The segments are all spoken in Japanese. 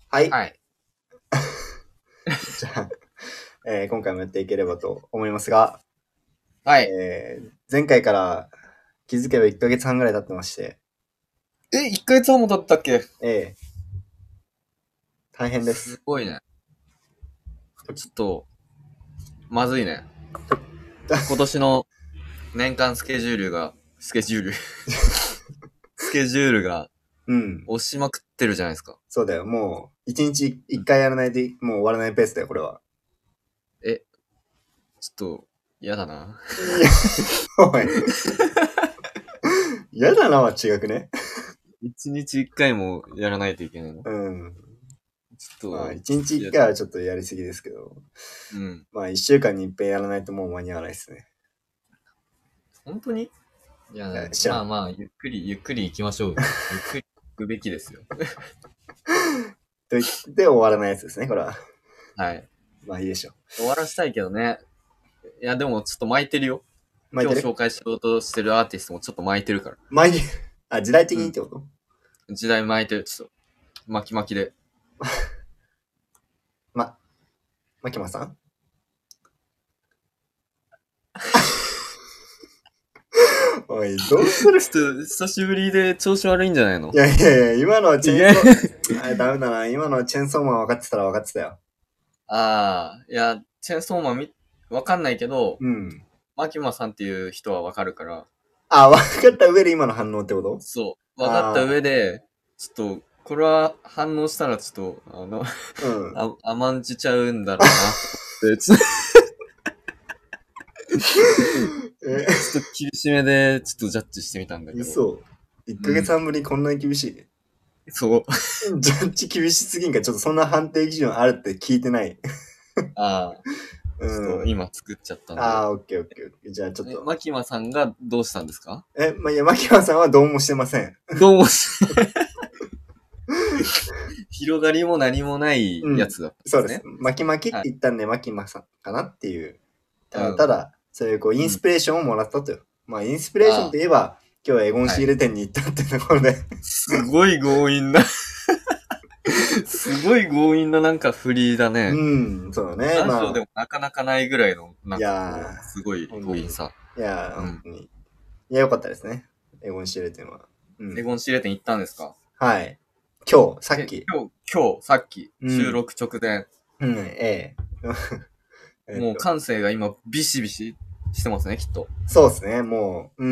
はい。 はい。 じゃあ、今回もやっていければと思いますが、 はい。 前回から気づけば1ヶ月半ぐらい経ってまして、 1ヶ月半も経ったっけ？ えー大変です。 すごいね。ちょっと、まずいね。今年の年間スケジュールがうん。 押しまくってるじゃないですか。 そうだよ。もう、1日1 うん。 回やらないともう終わらないペースだよ、これは。 え、ちょっと、嫌だな。 いや、おい。嫌だなは違くね。 1日1回もやらないといけないの？ うん。まあ、 ちょっと、 1日1 いや、 回はちょっとやりすぎですけど、 うん。 まあ、1週間に一遍やらないともう間に合わないですね。 本当に？いや、 知らん。 まあまあ、ゆっくり行きましょう。ゆっくり行くべきですよ。 と言って終わらないやつですね、これは。 はい。 まあ、いいでしょ終わらしたいけどね。いや、でもちょっと巻いてるよ。 う。巻いてる今日紹介しようとしてるアーティストもちょっと巻いてるから。 巻いてる。あ、時代的うん。 にってこと？ 時代巻いてる。ちょっと、巻き巻きで。 ま、マキマさん。おい、どうする？ ちょっと、久しぶりで調子悪いんじゃないの？ いやいやいや、今のはチェーンいや、 ソー、あ、ダメだな。今のはチェーンソーマン分かってたら分かってたよ。 ああ、いや、チェーンソーマンわかんないけど、 うん。 マキマさんっていう人はわかるから、 あ、分かった上で今の反応ってこと？ そう、わかったあ上で、ちょっと、これは反応したらちょっと、 あ、うん。 甘んじちゃうんだろうなと思って、ちょっえ、 と厳しめで、ちょっとジャッジしてみたんだけど。 嘘。1ヶ月うん。 半ぶりにこんなに厳しい。 そう。 ジャッジ厳しすぎんか。ちょっとそんな判定基準あるって聞いてない。 ああ、ちょっとうん。 今作っちゃったんで。 ああ、オッケーオッケーオッケー。じゃあちょっと。 マキマさんがどうしたんですか？ まあ、いや、マキマさんはどうもしてません。 どうも広がりも何もないうん。 やつだったんでそうです。 すね。 巻き巻きってはい。 言ったんで、巻きまさんかなっていう。 うん。 ただ、そういうこう、インうん。 スピレーションをもらったという。まあ、インスピレーションあといえば、今日はエゴンあ、はい。 仕入れ店に行ったっていうところで。 すごい強引なすごい強引ななんか振りだね。 うん、そうだね。 ラジオまあ、 でもなかなかないぐらいの、ないんかこう、 やすごいー、本当に。い強引さ。 やー、 うん。 本当に。いや、よかったですね。エゴン仕入れ店は。うん。 エゴン仕入れ店行ったんですか？ はい。今日、さっき。 今日、さっき、収うん。 録直前、 うん、ええ。 もう感性が今ビシビシしてますね、きっと。 そうですね。もう、うん。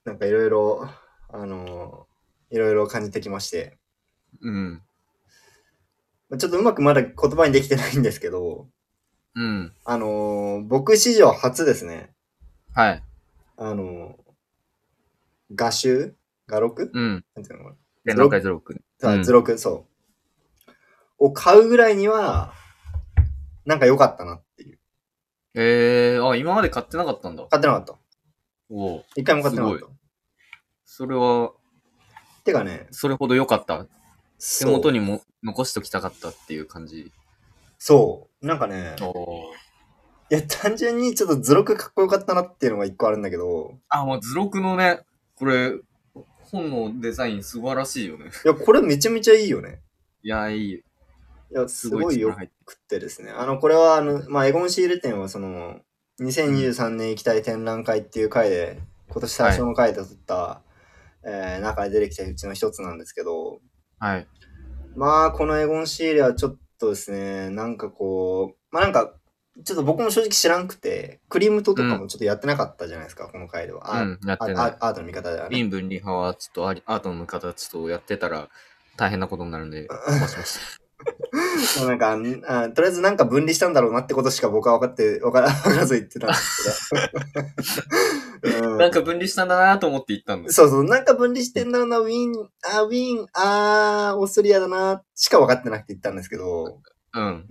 なんかいろいろ、あのいろいろ感じてきまして。 うん。 ちょっとうまくまだ言葉にできてないんですけど、 うん。 僕史上初ですね。 はい。 あの画集画録うん。 なんていうのかな。 展覧会図録。うん。 図録、そう。を買うぐらいには、なんか良かったなっていう。 今まで買ってなかったんだ。 買ってなかった。 おお、 一回も買っすごい。 てなかった。 それは、 てかね、 それほど良かった。手元そう。 にも残しときたかったっていう感じ。 そう。なんかね、 おお。 いや、単純にちょっと図録かっこよかったなっていうのが一個あるんだけど、 あ、もう図録のね、これ、本のデザイン素晴らしいよね。 いや、これめちゃめちゃいいよね。 いや、いい。 いや、 すごいすごいよ力入ってくってですね。これはまあ、エゴンシール展はその、 る。うん。 2023年行きたい展覧会っていう回で、今年最はい。 初の回で撮った、中で出てきたうちの一つなんですけど、 はい。 まあ、このエゴンシールはちょっとですね、なんかこう、まあなんか、ちょっと僕も正直知らんくて、クリムトとかうん。 もちょっとやってなかったじゃないですか、この回では。 うん。やってない。 アートの見方ではね。 陰分離派はちょっとアートの向方ちょっとやってたら大変なことになるんで飛ばしました。 もうなんか、とりあえずなんか分離したんだろうなってことしか僕は分からず言ってたんですけど。 なんか分離したんだなと思って言ったんだ。 そうそう、なんか分離してんだろうな、ウィーン、オーストリアだな、しか分かってなくて言ったんですけど、 うん。 うん。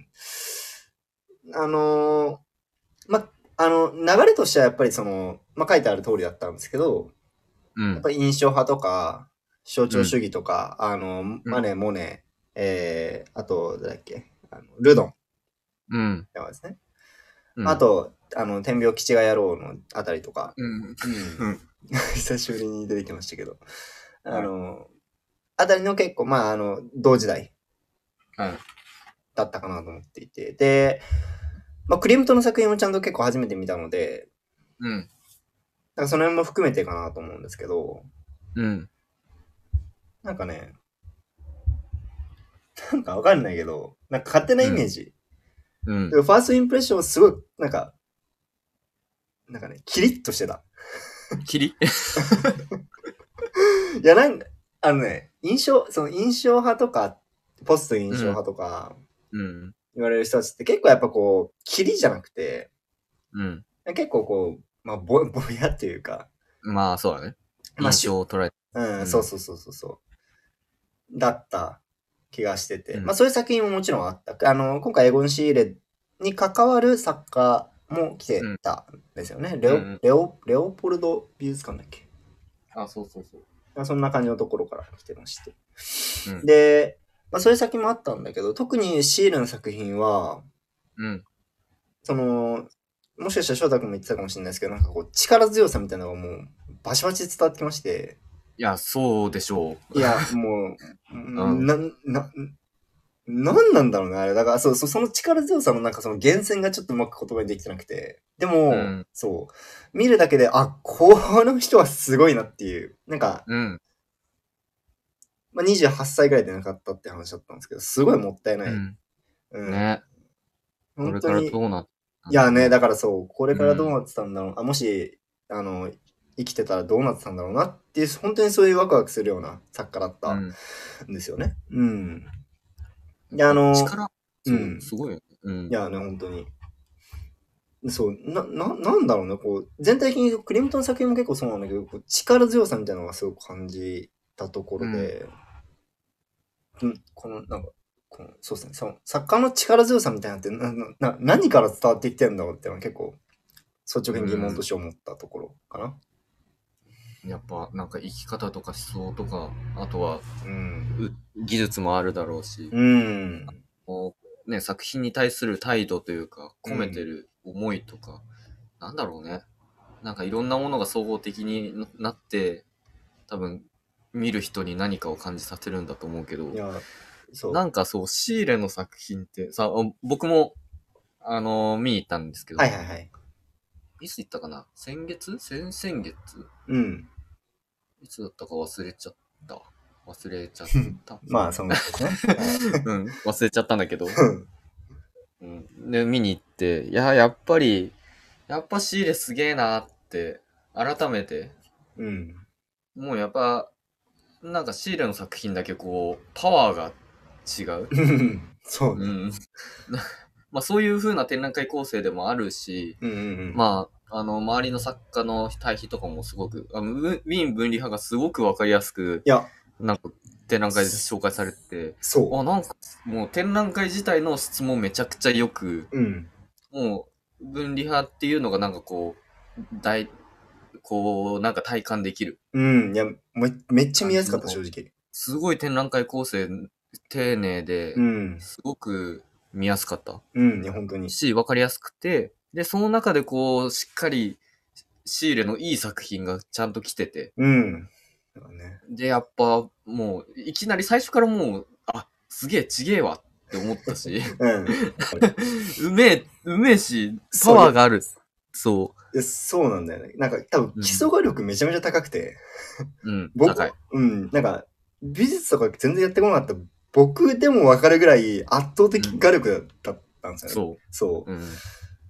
あのーま、流れとしてはやっぱりその、ま、書いてある通りだったんですけど、 うん。 やっぱり印象派とか、象うん。 徴主義とか、 うん。 マネ、モネ、あと、誰だっけ、ルドンうん。 ですね。 うん。 あと、天病基地が野郎のあたりとか、 うん。 うん。 うん。 久しぶりに出てきましたけど、あはい。 の、あたりの結構、まあ、同時代。 はい。 だったかなと思っていて。で、まあ、クリムトの作品もちゃんと結構初めて見たので、 うん。 なんかその辺も含めてかなと思うんですけど、 うん。 なんかね、なんかわかんないけど、なんか勝手なイメージ。 うん。 ファーストインプレッションすごい、なんかね、キリッとしてた。 霧いや、なんか、その印象派とか、ポスト印象うん。 派とかうん。 言われる人たちって結構やっぱこう、キリじゃなくて、 うん。 結構こう、まあ、ぼやっていうか、 まあ、そうだね。 まあ、 印象を捉えて。 うん、 うん。 そう、だった気がしてて、 うん。 まあそういう作品ももちろんあった。今回エゴン・シーレに関わる作家も来うん。 てたんですよね。 うん。 レオポルド美術館だっけ。 あ、そうそうそう。 そんな感じのところから来てまして。 うん。 で、まあそういう作品もあったんだけど、特にシーレの作品は、 うん。 その、もしかしたら翔太君も言ってたかもしれないですけど、なんかこう力強さみたいなのがもうバシバチ伝わってきまして、 いや、そうでしょいや、もう、 う。うん。 なんなんだろうね、あれ。だから、その力強さのなんかその源泉がちょっとうまく言葉にできてなくて。でも、 うん。 そう、見るだけで、あ、この人はすごいなっていう。なんか、 うん。 まあ、28歳ぐらいで亡かったって話だったんですけど、すごいもったいない。 うん。 うん。 ね。これから本当に、いどうなったんだやね、 ろうね。 だからそう、これからどううん。 なってたんだろう。もし、生きてたらどうなってたんだろうなっていう、本当にそういうワクワクするような作家だったうん。 んですよね。うん。で、 やっぱ力、そう、 うん。 すごいよね。うん。 いやね、本当に。そう、なんだろうね、こう、全体的にクリムトの作品も結構そうなんだけど、こう力強さみたいなのがすごく感じたとこうん。 ろで、この、なんか、そうですね、その、作家の力強さみたいなのって何から伝わってきてんだろうっていうのは結構、率直に疑問とうん。 して思ったところかな。 やっぱ、なんか生き方とか思想とか、あとは、 うん。 技術もあるだろうし、 うん。 こうね、作品に対する態度というか、込めてうん。 る思いとか、なんだろうね。なんかいろんなものが総合的になって、多分、見る人に何かを感じさせるんだと思うけど、 いや、そう。 なんかそう、シーレの作品ってさ、僕も、見に行ったんですけど、 はいはいはい。 いつ行ったかな先月先々月うん。 いつだったか忘れちゃった。忘れちゃった。 まあ、そんなですね。 うん、忘れちゃったんだけど、 うん。 うん。で、見に行って、やっぱり、やっぱシーレすげえなって、改めて、 うん。 もうやっぱ、なんかシーレの作品だけこう、パワーが違う。 そうね。 うん。まあそういう風な展覧会構成でもあるし、 うんうんうん。 まあ、周りの作家の対比とかもすごく、ウィーン分離派がすごくわかりやすく、 いや、 なんか展覧会で紹介されてて、 そあ、なんかもう展覧会自体の質もめちゃくちゃ良く、 う。うん。 もう分離派っていうのがなんかこう、なんか体感できるうん。いや、めっちゃ見やすかった、正感じの、 直。 すごい展覧会構成丁寧で、 うん。 すごく見やすかったうん。いや、本当に。 し、わかりやすくて、で、その中でこう、しっかりシーレのいい作品がちゃんと来てて、 うん。だからね。 で、やっぱもう、いきなり最初からもう、あ、すげえちげえわって思ったし、 うん。 うめえし、パそう、 ワーがある。そいやそうなんだよね。なんか、多分、 う。うん。 基礎画力めちゃめちゃ高くて、 うん。高い。 僕、うん、なんか、美術とか全然やってこなかった僕でもわかるぐらい圧倒的うん。 画力だったんですよね。 そそう。 う。うん。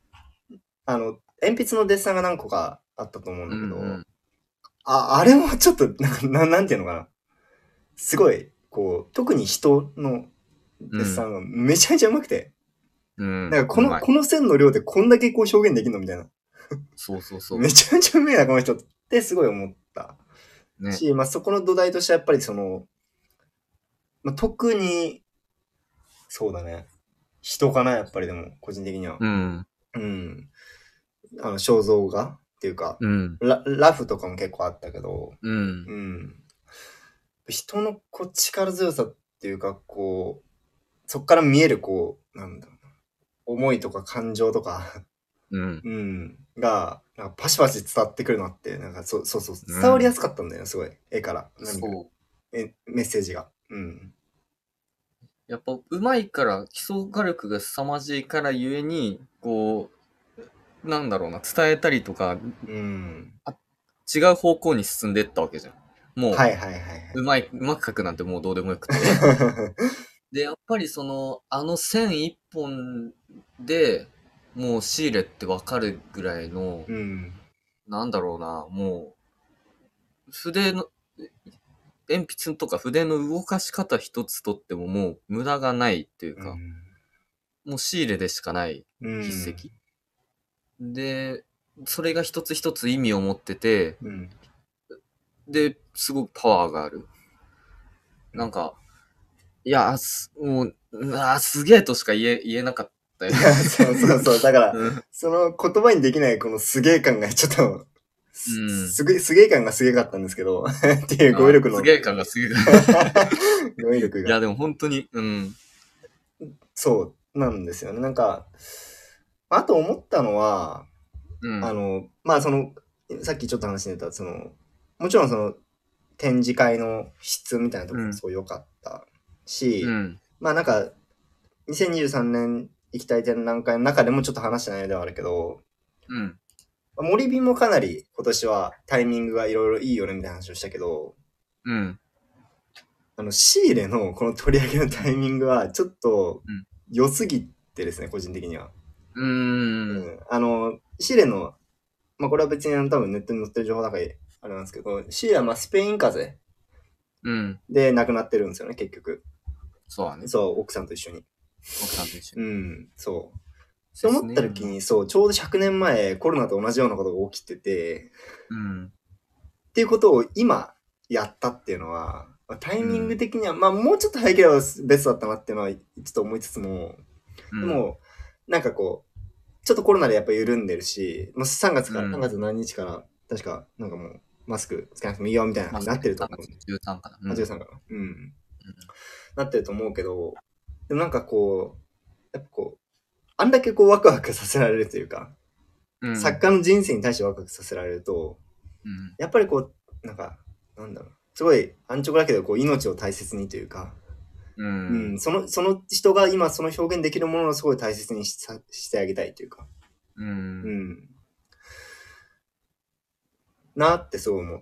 鉛筆のデッサンが何個かあったと思うんうんうだけど、 ん。 あれもちょっと、なんていうのかな。すごい、こう、特に人のうん。 デッサンがめちゃめちゃ上手くて、 うん。 なんかうまい。 この線の量でこんだけこう表現できるのみたいな。 そうそうそめちゃめちゃうめえな、この人ってすごい思ったう。ね。 し、まあそこの土台としてやっぱりその、まあ、特に、そうだね。人かな、やっぱりでも、個人的には。 うん。 うん。肖像画っていうか、 うん。 ラフとかも結構あったけど、 うん。 うん。人のこう力強さっていうか、こう、そっから見えるこう、なんだろうな、思いとか感情とか、 うん。 うん、なんかパシパシ伝わってくるなって、なんかそう、伝わりやうん。 すかったんだよ、すごい。絵から。何か、 そう。 メッセージが。うん。 いやっぱ上手いから、基礎火力が凄まじいからゆえに、こう、なんだろうな、伝えたりとか、 うん。 違う方向に進んでったわけじゃん。もはいはいはいはい。 う、うまく書くなんてもうどうでもよくて。で、やっぱりその、あの線一本で、もうシーレってわかるぐらいの、 うん。 なんだろうな、もう、筆の、鉛筆とか筆の動かし方一つとってももう無駄がないっていうか、 うん。 もうシーレでしかない筆うん。 跡。で、それが一つ一つ意味を持ってて、 うん。 で、すごくパワーがある。なんか、いや、もう、すげえとしか言えなかったよ。 いや、そうそうそう。だから、 うん。 その言葉にできないこのすげえ感がちょっと、 うん。 すげえ感がすげかったんですけど、っていう語彙力の、 すげえ感がすげえ。 語彙力いや、 が。 でも本当に、うん。 そうなんですよね。なんか、あと思ったのは、 うん。 まあその、さっきちょっと話に出た、その、もちろんその展示会の質みたいなところもうん。 すごい良かったし、 うん。 まあなんか、2023年行きたい展覧会の中でもちょっと話した内容ではあるけど、 うん。 森美もかなり今年はタイミングがいろいろいいよねみたいな話をしたけど、 うん。 仕入れのこの取り上げのタイミングはちょっとうん。 良すぎてですね、個人的には。 うーん。 仕入れの、まあこれは別に多分ネットに載ってる情報だからあれなんですけど、仕入れはまあスペイン風邪うん。 で亡くなってるんですよね、結局。 そうだね。 そう、奥さんと一緒に。 奥さんと一緒に。 うん、そう。って思ったですね。 時に、そう、ちょうど100年前コロナと同じようなことが起きてて、 うん。 っていうことを今やったっていうのは、タイミングうん。 的には、まあもうちょっと早ければベストだったなっていうのはちょっと思いつつも、 うん。 でも、なんかこう、ちょっとコロナでやっぱ緩んでるし、もう3月から、3 うん。 月何日から、確か、なんかもう、マスクつけなくてもいいよみたいなまあ、 感じになってると 3 思う。 月13かな。うあ、 ん。 13かな。うん。なってると思うけど、でもなんかこう、やっぱこう、あんだけこうワクワクさせられるというか、 うん。 作家の人生に対してワクワクさせられると、 うん。 やっぱりこう、なんか、なんだろう、すごい安直だけど、こう、命を大切にというか、 ううん。 ん、その人が今その表現できるものをすごい大切にしてあげたいというか、 う。 うんん、なってすごい思って、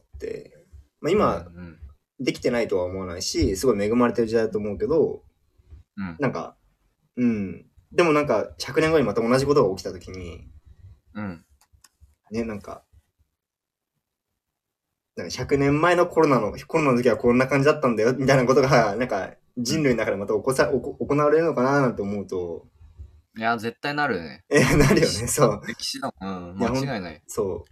まあうん。う今、 ん。 できてないとは思わないし、すごい恵まれてる時代だと思うけど、 うん。 なんか、うん、でもなんか、100年後にまた同じことが起きた時に、 うん。 ね、なんか100年前のコロナの時はこんな感じだったんだよ、みたいなことが、なんか、 うん。 人類の中でまた行われるのかななんて思うと、 いや、絶対なるね。 なるよね、そう。 歴史だもん。うん。 いや、 間違いない。 そう。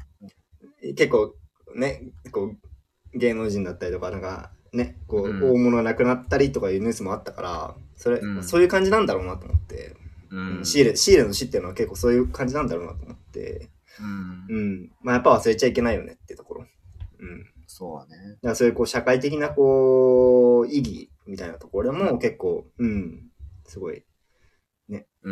結構、ね、こう、芸能人だったりとか、なんか、ね、こう、 うん。 大物が亡くなったりとかいうニュースもあったから、 うん。 そういう感じなんだろうなと思って、 うん。 仕入れの死っていうのは結構そういう感じなんだろうなと思って、 うん。 うん。まあやっぱ忘れちゃいけないよねっていうところ。うん。だかそうだね。 らそういうこう社会的なこう、意義みたいなところでうん。 も結構、うん、すごい、ね、 うん。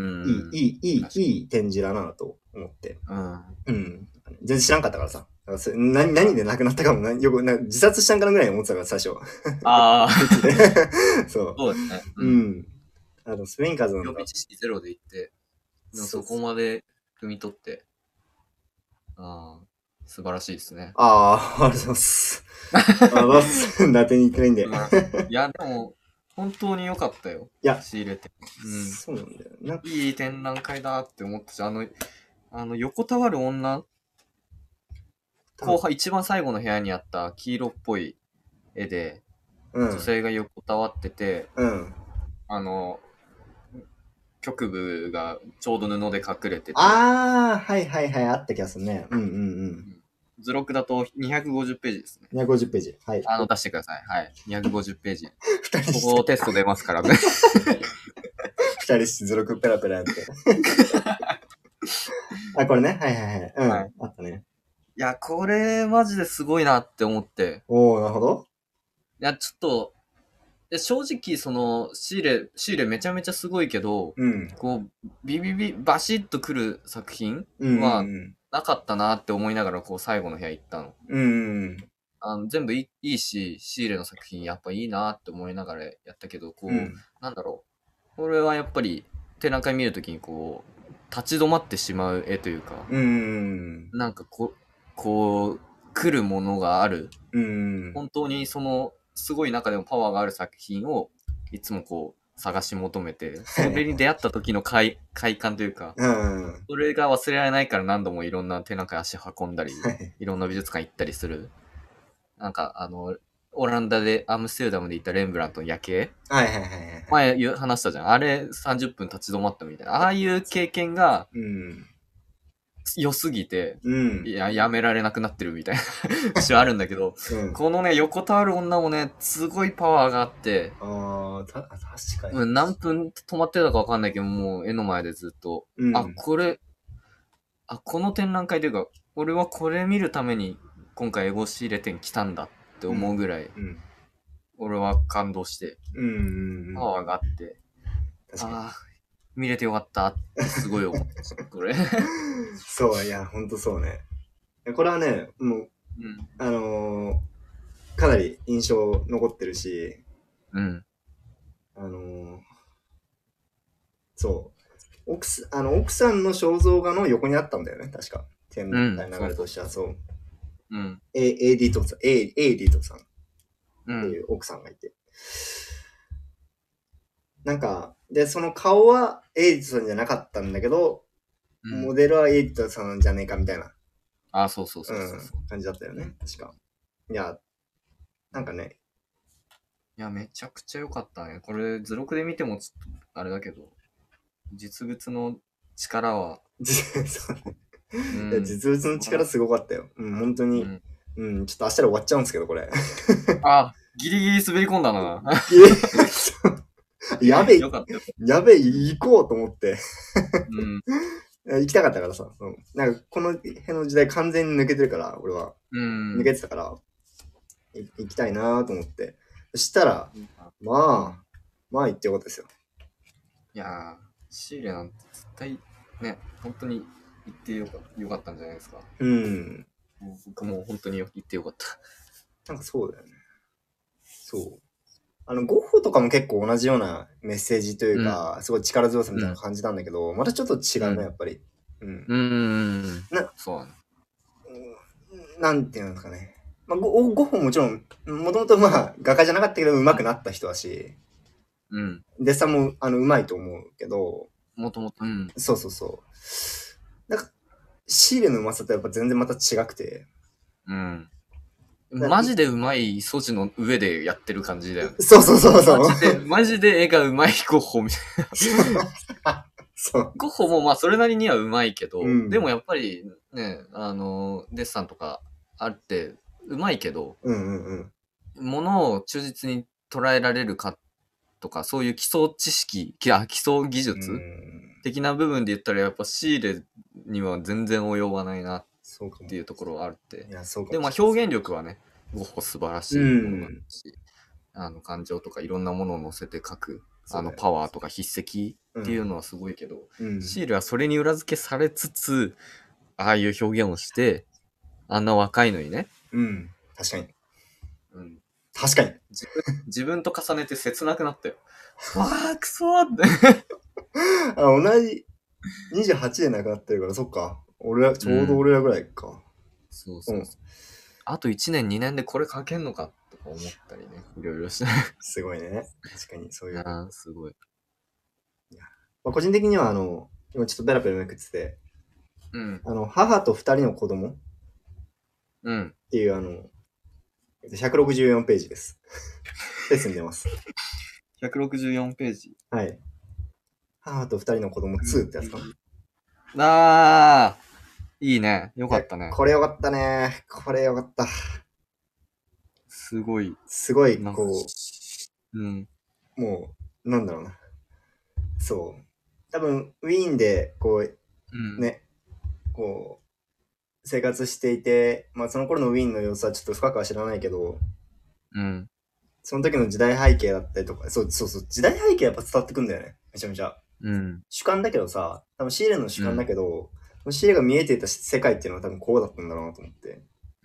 確かいい展示だなと思って。 に。うん。 うん。全然知らんかったからさ。だから何で亡くなったかもよく、自殺したんかなぐらいに思ってたから、最初。 ああ、 そそうだね。 う。 うん。 うん。スペイン風邪なんだ。 予備知識ゼロで行って、でもそそうこまで汲み取って、ああ、素晴らしいですね。 ああ、ありがとうございます。ありがとうございます。伊達に行ってないんで。 素晴らしい。いや、でも、本当に良かったよ。 いや、 仕入れて。うん。 そうなんだよ。 いい展覧会だって思ったし、横たわる女、一番最後の部屋にあった黄色っぽい絵で、女うん、 性が横たわってて、 うん。 あの、局部がちょうど布で隠れてて、 ああ、はいはいはい、あった気がするね。うんうんうん。 図録だと250ページですね。 250ページ。はい。 出してください。はい。250ページ。 二人こして、 こテスト出ますからね。 二人して図録ペラペラやって。あ、これね。はいはいはい。うん。 はい。 あったね。 いや、これマジですごいなって思って。 おー、なるほど。 いや、ちょっと、正直、仕入れめちゃめちゃすごいけど、 うん。 こう、バシッとくる作品うんはうんなかったなって思いながら、こう、最後の部屋行ったの。 うん。うんうん。 全部いいし、仕入れの作品やっぱいいなって思いながらやったけど、こう、 うん。 なんだろう。 俺はやっぱり展覧会見るときにこう、立ち止まってしまう絵というか、なんか来るものがある。本当にその、すごい中でもパワーがある作品を、いつもこう、探し求めて、それに出会った時の快感というか、それが忘れられないから何度もいろんな展覧会足運んだり、いろんな美術館行ったりする。なんか、オランダで、アムステルダムで行ったレンブラントの夜景前話したじゃん。あれ30分立ち止まったみたいな。ああいう経験が良すぎて、いや、やめられなくなってるみたいな節はあるんだけど、このね、横たわる女もね、すごいパワーがあって、 確かに。 何分止まってたかわかんないけど、もう絵の前でずっと、この展覧会というか、俺はこれ見るために今回エゴ仕入れ店来たんだって思うぐらい、俺は感動して、パワーがあって、見れてよかったってすごい思う。これ。 そう、いや、ほんとそうね。これはね、もう、かなり印象残ってるし、そう。奥さんの肖像画の横にあったんだよね、確か。展覧会流れとしては、そう。エディトさんっていう奥さんがいて。なんか、で、その顔はエディトさんじゃなかったんだけど、モデルはエディトさんじゃねえかみたいな。 そう感じだったよね、確か。いや、なんかね。 いや、めちゃくちゃ良かったね。これ、図録で見てもちょっと、あれだけど、実物の力は。 実物の力すごかったよ。本当に。ちょっと明日で終わっちゃうんですけど、これ。 ギリギリ滑り込んだな。 やべえ、行こうと思って。行きたかったからさ。なんか、この辺の時代完全に抜けてるから、俺は。抜けてたから、行きたいなと思って。そしたら、まあ行ってよかったですよ。 いやー、シーレなんて絶対、ね、本当に行ってよかったんじゃないですか。僕も本当に行ってよかった。 なんかそうだよね。そう。ゴッホとかも結構同じようなメッセージというか、すごい力強さみたいな感じなんだけど、またちょっと違うね、やっぱり。 そうだね。 なんていうんですかね。ゴッホもちろん、もともと画家じゃなかったけど上手くなった人だし、デッサンも上手いと思うけど、 もともと、 そう。なんか、シーレの上手さとやっぱ全然また違くて。 マジで上手い素地の上でやってる感じだよね。 そう。 マジで絵が上手いゴッホみたいな。ゴッホもそれなりには上手いけど、でもやっぱりね、デッサンとかあって上手いけど、ものを忠実に捉えられるかとか、そういう基礎知識、基礎技術的な部分で言ったらやっぱシーレには全然及ばないなっていうところはあるって。でも表現力はね、ゴッホ素晴らしいものがあるし、感情とかいろんなものを乗せて描く、パワーとか筆跡っていうのはすごいけど、シールはそれに裏付けされつつ、ああいう表現をして、あんな若いのにね。 確かに。確かに。 自分と重ねて切なくなったよ。くそーって同じ28で亡くなってるから、そっか。ちょうど俺らぐらいか。 そう。あと1年2年でこれ書けんのかとか思ったりね。いろいろして。 すごいね。確かにそういう。 すごい。 個人的には今ちょっとペラペラめくってて、母と2人の子供っていう164ページです。で済んでます。 164ページ。 はい。母と2人の子供2ってやつかな。いいね。よかったね。 これよかったね。これよかった。 すごい、 こう、もう、なんだろうな。そう。多分、ウィーンで、こう、ね、こう、生活していて、その頃のウィーンの様子はちょっと深くは知らないけど、その時の時代背景だったりとか、そう時代背景やっぱ伝わってくんだよね。めちゃめちゃ。主観だけどさ、多分シーレの主観だけど、シーレが見えていた世界っていうのは多分こうだったんだろうなと思って。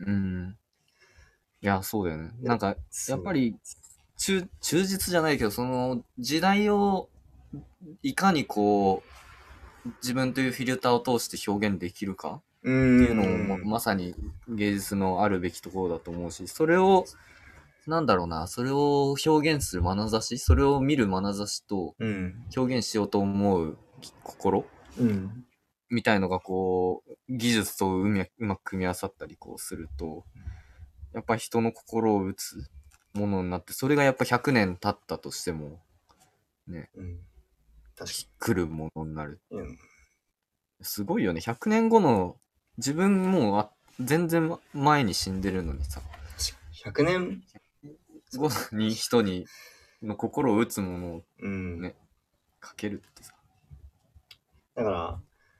いや、そうだよね。なんか、やっぱり、忠実じゃないけど、その時代をいかにこう、自分というフィルターを通して表現できるかっていうのをまさに芸術のあるべきところだと思うし、それを、なんだろうな、それを表現する眼差し、それを見る眼差しと、表現しようと思う心、みたいのがこう、技術とうまく組み合わさったりこうすると、やっぱ人の心を打つものになって、それがやっぱ100年経ったとしても、ね、来るものになる。すごいよね。100年後の自分も全然前に死んでるのにさ。 100年後に人の心を打つものをね、かけるってさ。 だから、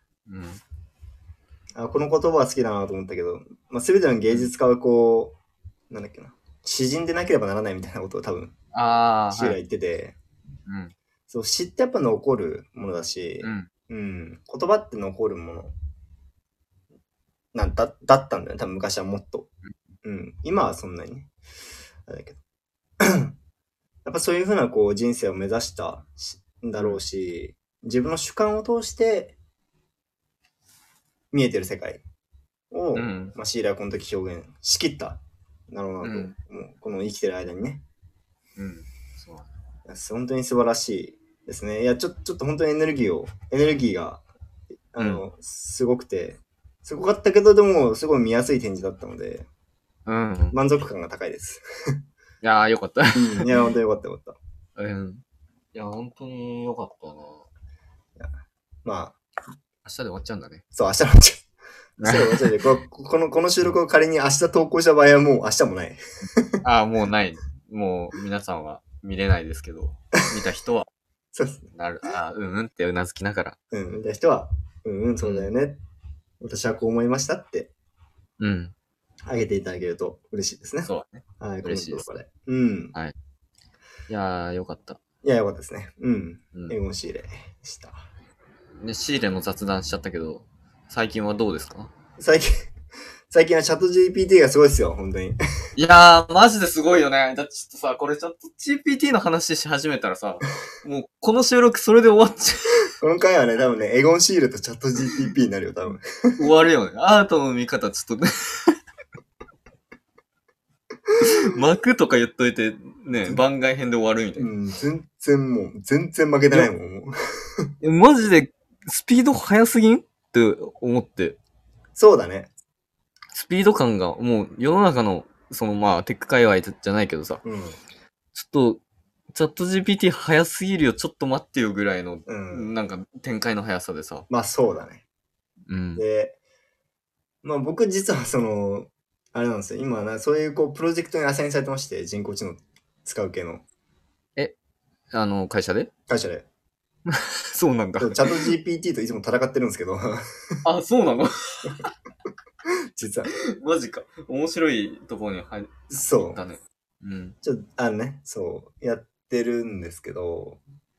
この言葉は好きだなと思ったけど、まあ、全ての芸術家はこう、なんだっけな、詩人でなければならないみたいなことを多分、シーラ言ってて、そう、詩ってやっぱ残るものだし、言葉って残るものだったんだよね、多分昔はもっと。今はそんなにね。あれだけど。やっぱそういうふうなこう人生を目指したんだろうし、自分の主観を通して見えてる世界を、まあ、シーラはこの時表現しきっただろうなと、もうこの生きてる間にね。そう。本当に素晴らしいですね。いや、ちょっと本当にエネルギーが、すごくて、すごかったけど、でも、すごい見やすい展示だったので、満足感が高いです。 いやー、よかった。 いや、本当によかった。 いや、本当によかったな。 まあ。 明日で終わっちゃうんだね。 そう、明日で終わっちゃう。明日で終わっちゃうで、この収録を仮に明日投稿した場合はもう明日もない。 もうない。もう皆さんは見れないですけど、見た人は、 そうですね。 ってうなずきながら。 見た人は、そうだよね。私はこう思いましたって。あげていただけると嬉しいですね。 そうね。 はい、 嬉しいです。 はい。 いやー、よかった。 いや、よかったですね。エゴンシーレでした。 ね、シーレの雑談しちゃったけど、最近はどうですか？ 最近はチャット GPT がすごいですよ、本当に。 いやー、マジですごいよね。だってちょっとさ、これチャット GPT の話し始めたらさ、もうこの収録それで終わっちゃう。 この回はね、多分ね、エゴンシールとチャット GTP になるよ、多分。 終わるよね。アートの見方ちょっとね。幕とか言っといて、ね、番外編で終わるみたいな。 全然負けてないもん、もう。マジで、スピード速すぎんって思って。 そうだね。 スピード感が、もう世の中の、まあ、テック界隈じゃないけどさ、ちょっと、チャット GPT 早すぎるよ、ちょっと待ってよぐらいの、なんか展開の速さでさ。 まあそうだね。で、まあ僕実はあれなんですよ。今そういうこう、プロジェクトにアサインされてまして、人工知能使う系の。 会社でそうなんだ。 チャット GPT といつも戦ってるんですけど。 そうなの実は。 マジか。面白いところに入ったね。 そう、やってるんですけど。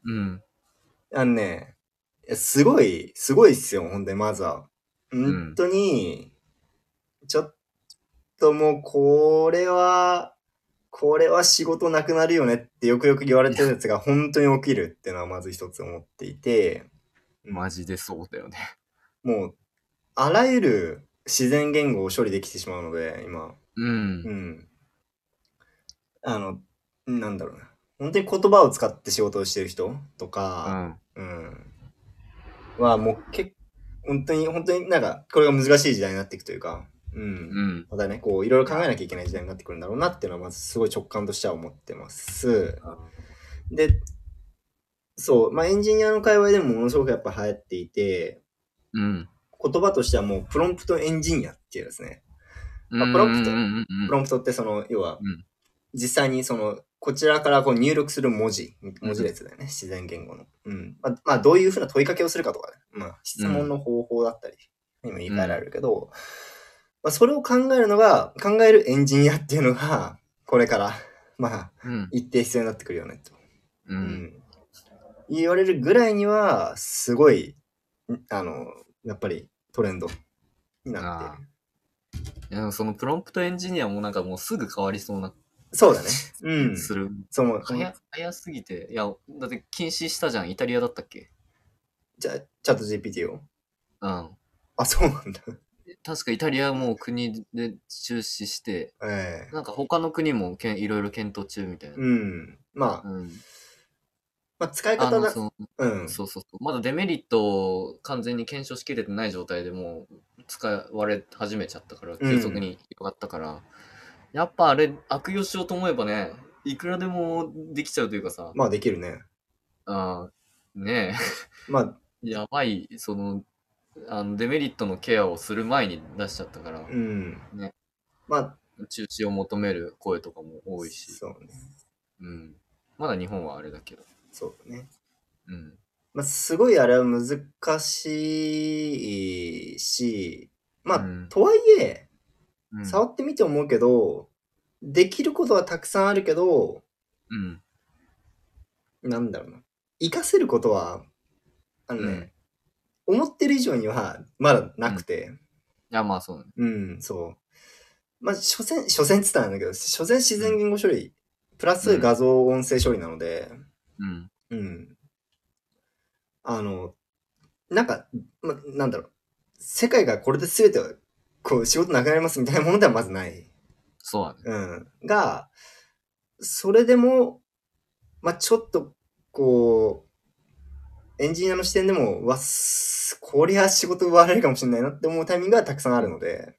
すごいっすよ、ほんで、まずは。本当に、ちょっともう、これは仕事なくなるよねってよく言われてるやつが本当に起きるっていうのはまず一つ思っていて。 マジでそうだよね。 もう、あらゆる自然言語を処理できてしまうので、今。なんだろうな。本当に言葉を使って仕事をしてる人とか、はもう本当になんか、これが難しい時代になっていくというか、またね、こう、いろいろ考えなきゃいけない時代になってくるんだろうなっていうのは、まずすごい直感としては思ってます。で、そう、まあ、エンジニアの界隈でもものすごくやっぱ流行っていて、言葉としてはもう、プロンプトエンジニアっていうですね。まあ、プロンプトって要は、実際にこちらからこう入力する文字列だよね、自然言語の。まあ、どういうふうな問いかけをするかとかね。まあ、質問の方法だったり、にも言い換えられるけど、まあ、それを考えるエンジニアっていうのが、これから、まあ、一定必要になってくるよね、と。言われるぐらいには、すごい、やっぱりトレンドになっている。 いや、そのプロンプトエンジニアもなんかもうすぐ変わりそうなそうだね。うん。 する。 そう思う。 早すぎて。いや、だって禁止したじゃん。イタリアだったっけ？ じゃあ、チャット GPT を。 うん。 あ、そうなんだ。 確かイタリアはもう国で中止して、なんか他の国もいろいろ検討中みたいな。 うん。まあ、 うん。 まあ、使い方だ。 うん。そうそうそう。まだデメリットを完全に検証しきれてない状態でもう使われ始めちゃったから、急速に広がったから、やっぱあれ悪用しようと思えばね、いくらでもできちゃうというかさ。 まあできるね。 ねえ。 まあ、 やばい、デメリットのケアをする前に出しちゃったから、ね。 まあ、 中止を求める声とかも多いし。 そうね。 うん。まだ日本はあれだけど。 そうだね。 うん。 まあ、すごいあれは難しいし、まあ、とはいえ、触ってみて思うけど、できることはたくさんあるけど、なんだろうな。活かせることは、思ってる以上にはまだなくて。 いや、まあそうね。 うん、そう。まあ、所詮って言ったらなんだけど、所詮自然言語処理、プラス画像音声処理なので、なんか、なんだろう。世界がこれで全てこう仕事なくなりますみたいなものではまずない。 そうだね。が、それでも、まあ、ちょっと、こう、エンジニアの視点でも、こりゃ仕事奪われるかもしれないなって思うタイミングがたくさんあるので、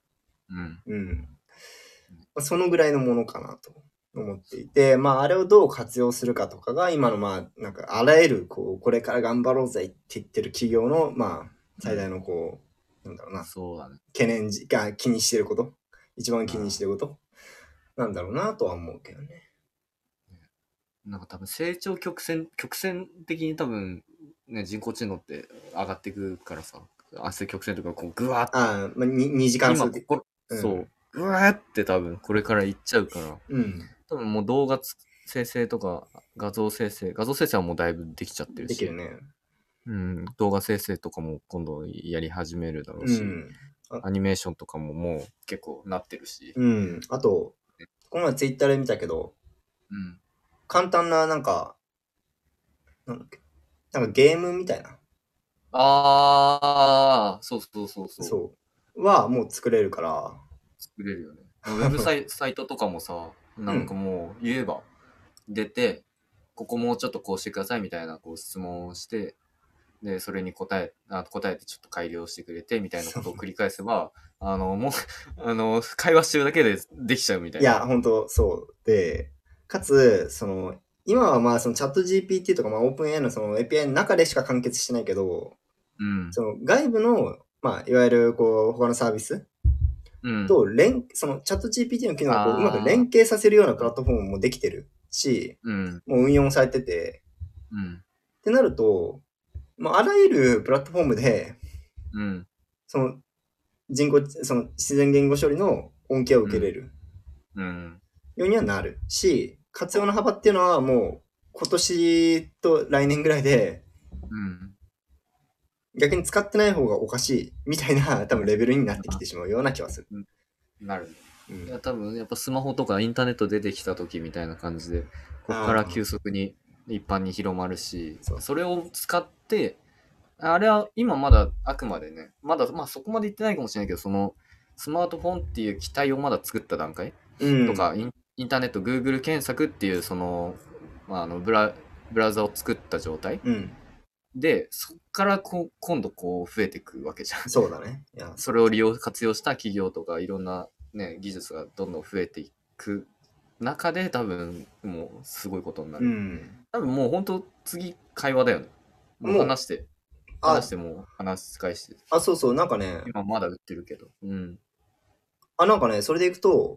そのぐらいのものかなと思っていて、まあ、あれをどう活用するかとかが、今のまあ、なんか、あらゆる、これから頑張ろうぜって言ってる企業の、まあ、最大のなんだろうな。 そうだね。 懸念が気にしてること。一番気にしてること。なんだろうなとは思うけどね。 なんか多分成長曲線的に多分、ね、人工知能って上がっていくからさ、汗曲線とかこうグワッて。 2時間今そう、グワーって多分これからいっちゃうから、多分もう動画生成とか画像生成はもうだいぶできちゃってるし。 できるね。 動画生成とかも今度やり始めるだろうし、アニメーションとかももう結構なってるし。 あと、この前ツイッターで見たけど、簡単ななんかゲームみたいな。 そう。 そう。はもう作れるから。 作れるよね。ウェブサイトとかもさ、なんかもう言えば出て、ここもうちょっとこうしてくださいみたいなこう質問をして、で、それに答えてちょっと改良してくれてみたいなことを繰り返せば、もう、会話してるだけでできちゃうみたいな。 いや、本当そう。で、かつ、今はまあそのチャット GPT とかまあオープン AI のその API の中でしか完結してないけど、その外部の、まあいわゆる他のサービスとそのチャット GPT の機能をうまく連携させるようなプラットフォームもできてるし、もう運用されてて、ってなると、まああらゆるプラットフォームで、その自然言語処理の恩恵を受けれる。ようにはなるし、活用の幅っていうのはもう今年と来年ぐらいで、逆に使ってない方がおかしいみたいな多分レベルになってきてしまうような気はする。 なる。いや多分やっぱスマホとかインターネット出てきた時みたいな感じで、ここから急速に一般に広まるし、それを使って、あれは今まだあくまでね、まだまあそこまで言ってないかもしれないけど、そのスマートフォンっていう機体をまだ作った段階、とかインターネット Google 検索っていうブラウザを作った状態、でそっから今度こう増えていくわけじゃん。 そうだね。 それを活用した企業とかいろんなね技術がどんどん増えていく中で多分もうすごいことになる。多分もう本当次会話だよね。もう話しても話し返して。 そう、なんかね。 今まだ売ってるけど。 なんかね、それでいくと、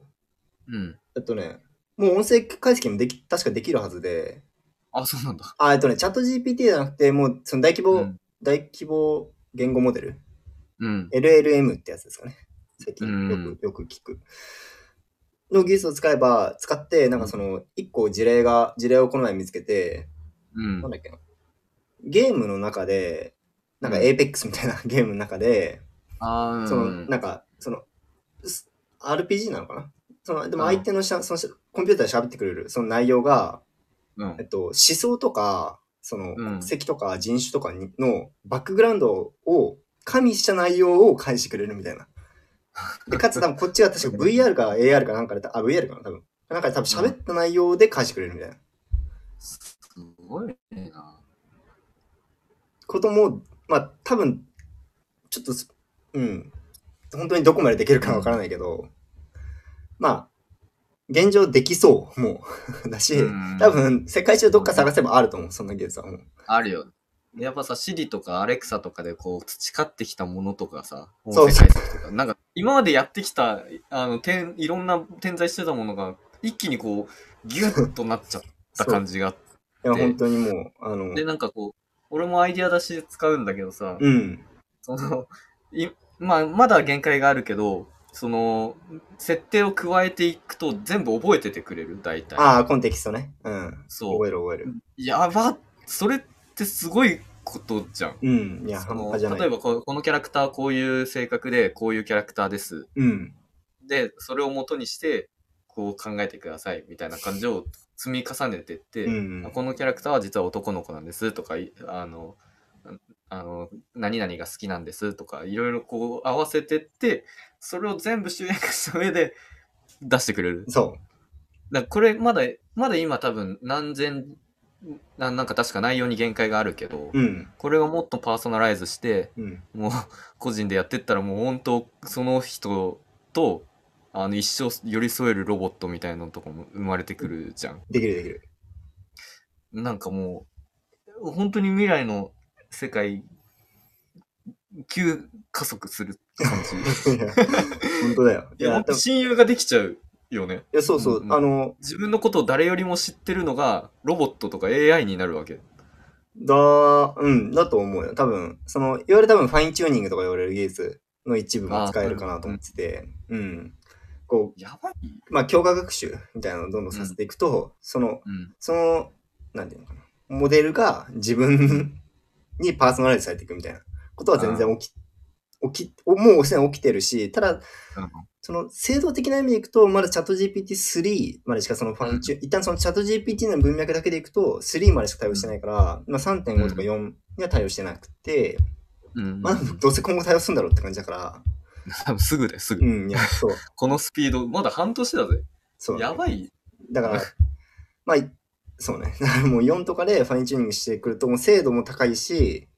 もう音声解析も確かできるはずで。 そうなんだ。 チャット GPT じゃなくて、もうその大規模言語モデル。LLM ってやつですかね。最近よく聞く。の技術を使って、なんか一個事例をこの前見つけて、なんだっけな。ゲームの中で、なんか Apex みたいなゲームの中で、なんか、RPG なのかなでも相手のコンピューターで喋ってくれるその内容が、思想とか、その国籍とか人種とかのバックグラウンドを加味した内容を返してくれるみたいな。で、かつ多分こっちは確か VR か AR かなんかで、VR かな多分。なんか多分喋った内容で返してくれるみたいな。 すごいな。 ことも、まあ多分、ちょっと、本当にどこまでできるかわからないけど、まあ、現状できそう、もう。だし、多分、世界中どっか探せばあると思う、そんな技術はもう。 あるよ。やっぱさ、シリとかアレクサとかでこう、培ってきたものとかさ、 そう世界とか、なんか、今までやってきた、いろんな点在してたものが、一気にこう、ギュッとなっちゃった感じがあって。 いや、本当にもう、 で、なんかこう、俺もアイディア出しで使うんだけどさ、まあ、まだ限界があるけど、その、設定を加えていくと全部覚えててくれる、大体。 ああ、コンテキストね。 そう。 覚える。 やば、それってすごいことじゃん。いや、半端じゃない。 例えばこのキャラクターこういう性格で、こういうキャラクターです。で、それを元にして、こう考えてください、みたいな感じを積み重ねてって、このキャラクターは実は男の子なんです、とか、何々が好きなんですとか、いろいろこう合わせてって、それを全部集約した上で出してくれる。 そう。 だからこれまだ今多分なんか確か内容に限界があるけど、これをもっとパーソナライズして、もう個人でやってったらもう本当その人と一生寄り添えるロボットみたいなのとかも生まれてくるじゃん。 できる。 なんかもう、本当に未来の世界、急加速する感じ。 本当だよ。 いや、親友ができちゃうよね。 いや、そう。 自分のことを誰よりも知ってるのが、ロボットとか AI になるわけ。 だと思うよ。多分、いわゆる多分ファインチューニングとか言われる技術の一部も使えるかなと思ってて、こう、 やばい。 まあ、強化学習みたいなのをどんどんさせていくと、なんていうのかな。モデルが自分にパーソナライズされていくみたいなことは全然もうすでに起きてるし、ただ、その制度的な意味でいくと、まだチャット GPT-3 までしか一旦そのチャット GPT の文脈だけでいくと、3までしか対応してないから、まあ 3.5 とか4には対応してなくて、まあどうせ今後対応するんだろうって感じだから。 多分すぐですぐ。 いや、そう。 このスピード、まだ半年だぜ。 そう、 やばい。 だから、まあ、そうね。だからもう4とかでファインチューニングしてくると、もう精度も高いし、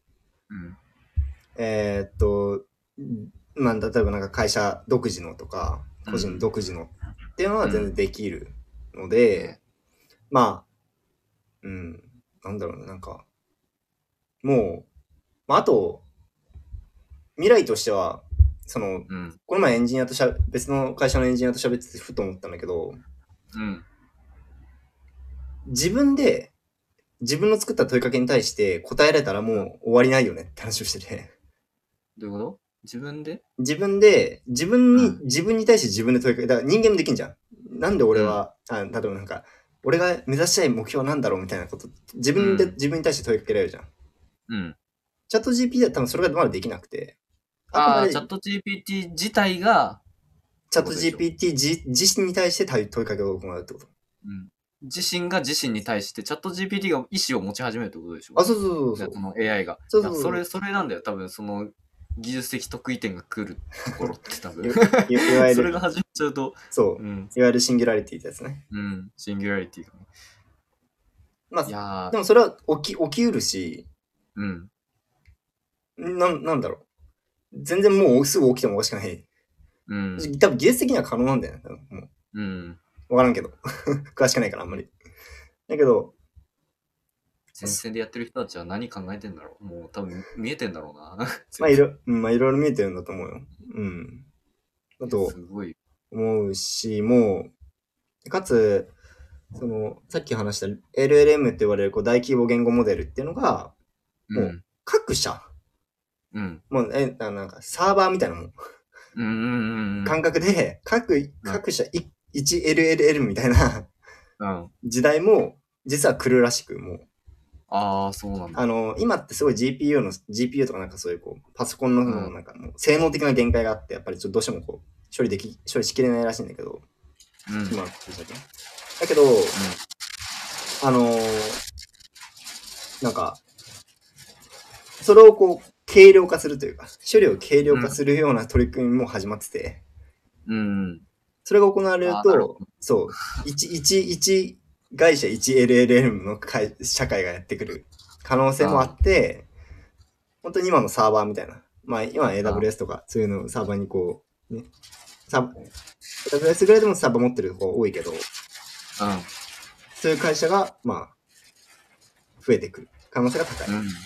まあ、例えばなんか会社独自のとか、個人独自のっていうのは全然できるので、まあ、なんだろうな、なんか、もう、まあ、あと、未来としては、この前エンジニアと別の会社のエンジニアと喋っててふと思ったんだけど、自分の作った問いかけに対して答えられたらもう終わりないよねって話をしてて。 どういうこと？自分に対して自分で問いかけ、だから人間もできんじゃん。なんで俺は、例えばなんか、俺が目指したい目標なんだろうみたいなこと、自分に対して問いかけられるじゃん。チャット GPT は多分それがまだできなくて。 チャット GPT 自体が、 チャット GPT 自身に対して問いかけを行うってこと。 自身が自身に対して、チャット GPT が意思を持ち始めるってことでしょ？ そう。 その AI が。それなんだよ。多分その技術的得意点が来るところって多分。それが始まっちゃうと。 そう。いわゆるシンギュラリティってやつね。 シンギュラリティが。 まあ、でもそれは起きうるし、なんだろう。全然もうすぐ起きてもおかしくない。多分技術的には可能なんだよね。もう。わからんけど。詳しくないからあんまり。だけど、 前線でやってる人たちは何考えてんだろう。もう多分見えてんだろうな。 まあいろいろ見えてるんだと思うよ。だと思うし、もう、かつ、さっき話した LLM って言われる大規模言語モデルっていうのが、もう各社、もうなんかサーバーみたいなもん。感覚で、各社 1LLL みたいな時代も実は来るらしく、もう。 そうなんだ。 今ってすごい GPU とかなんかそういうパソコンのなんかもう性能的な限界があって、やっぱりちょっとどうしても処理しきれないらしいんだけど。 だけど、なんか、それをこう、軽量化するというか、処理を軽量化するような取り組みも始まってて、それが行われると、そう、1会社 1LLM の社会がやってくる可能性もあって、本当に今のサーバーみたいな、まあ今 AWS とかそういうのサーバーにこう、ね、AWS ぐらいでもサーバー持ってる方多いけど、そういう会社が、まあ、増えてくる可能性が高い。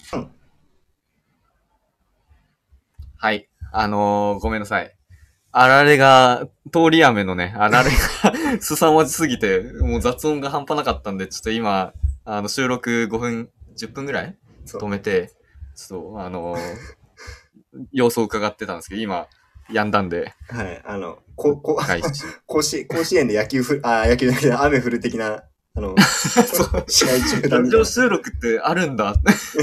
はい。ごめんなさい。あられが、通り雨のね、あられが凄まじすぎて、もう雑音が半端なかったんで、ちょっと今、収録5分、10分ぐらい止めて、ちょっと、様子を伺ってたんですけど、今、やんだんで。 はい、甲子園で野球じゃなくて雨降る的な、試合中だ。ラジオ収録ってあるんだ。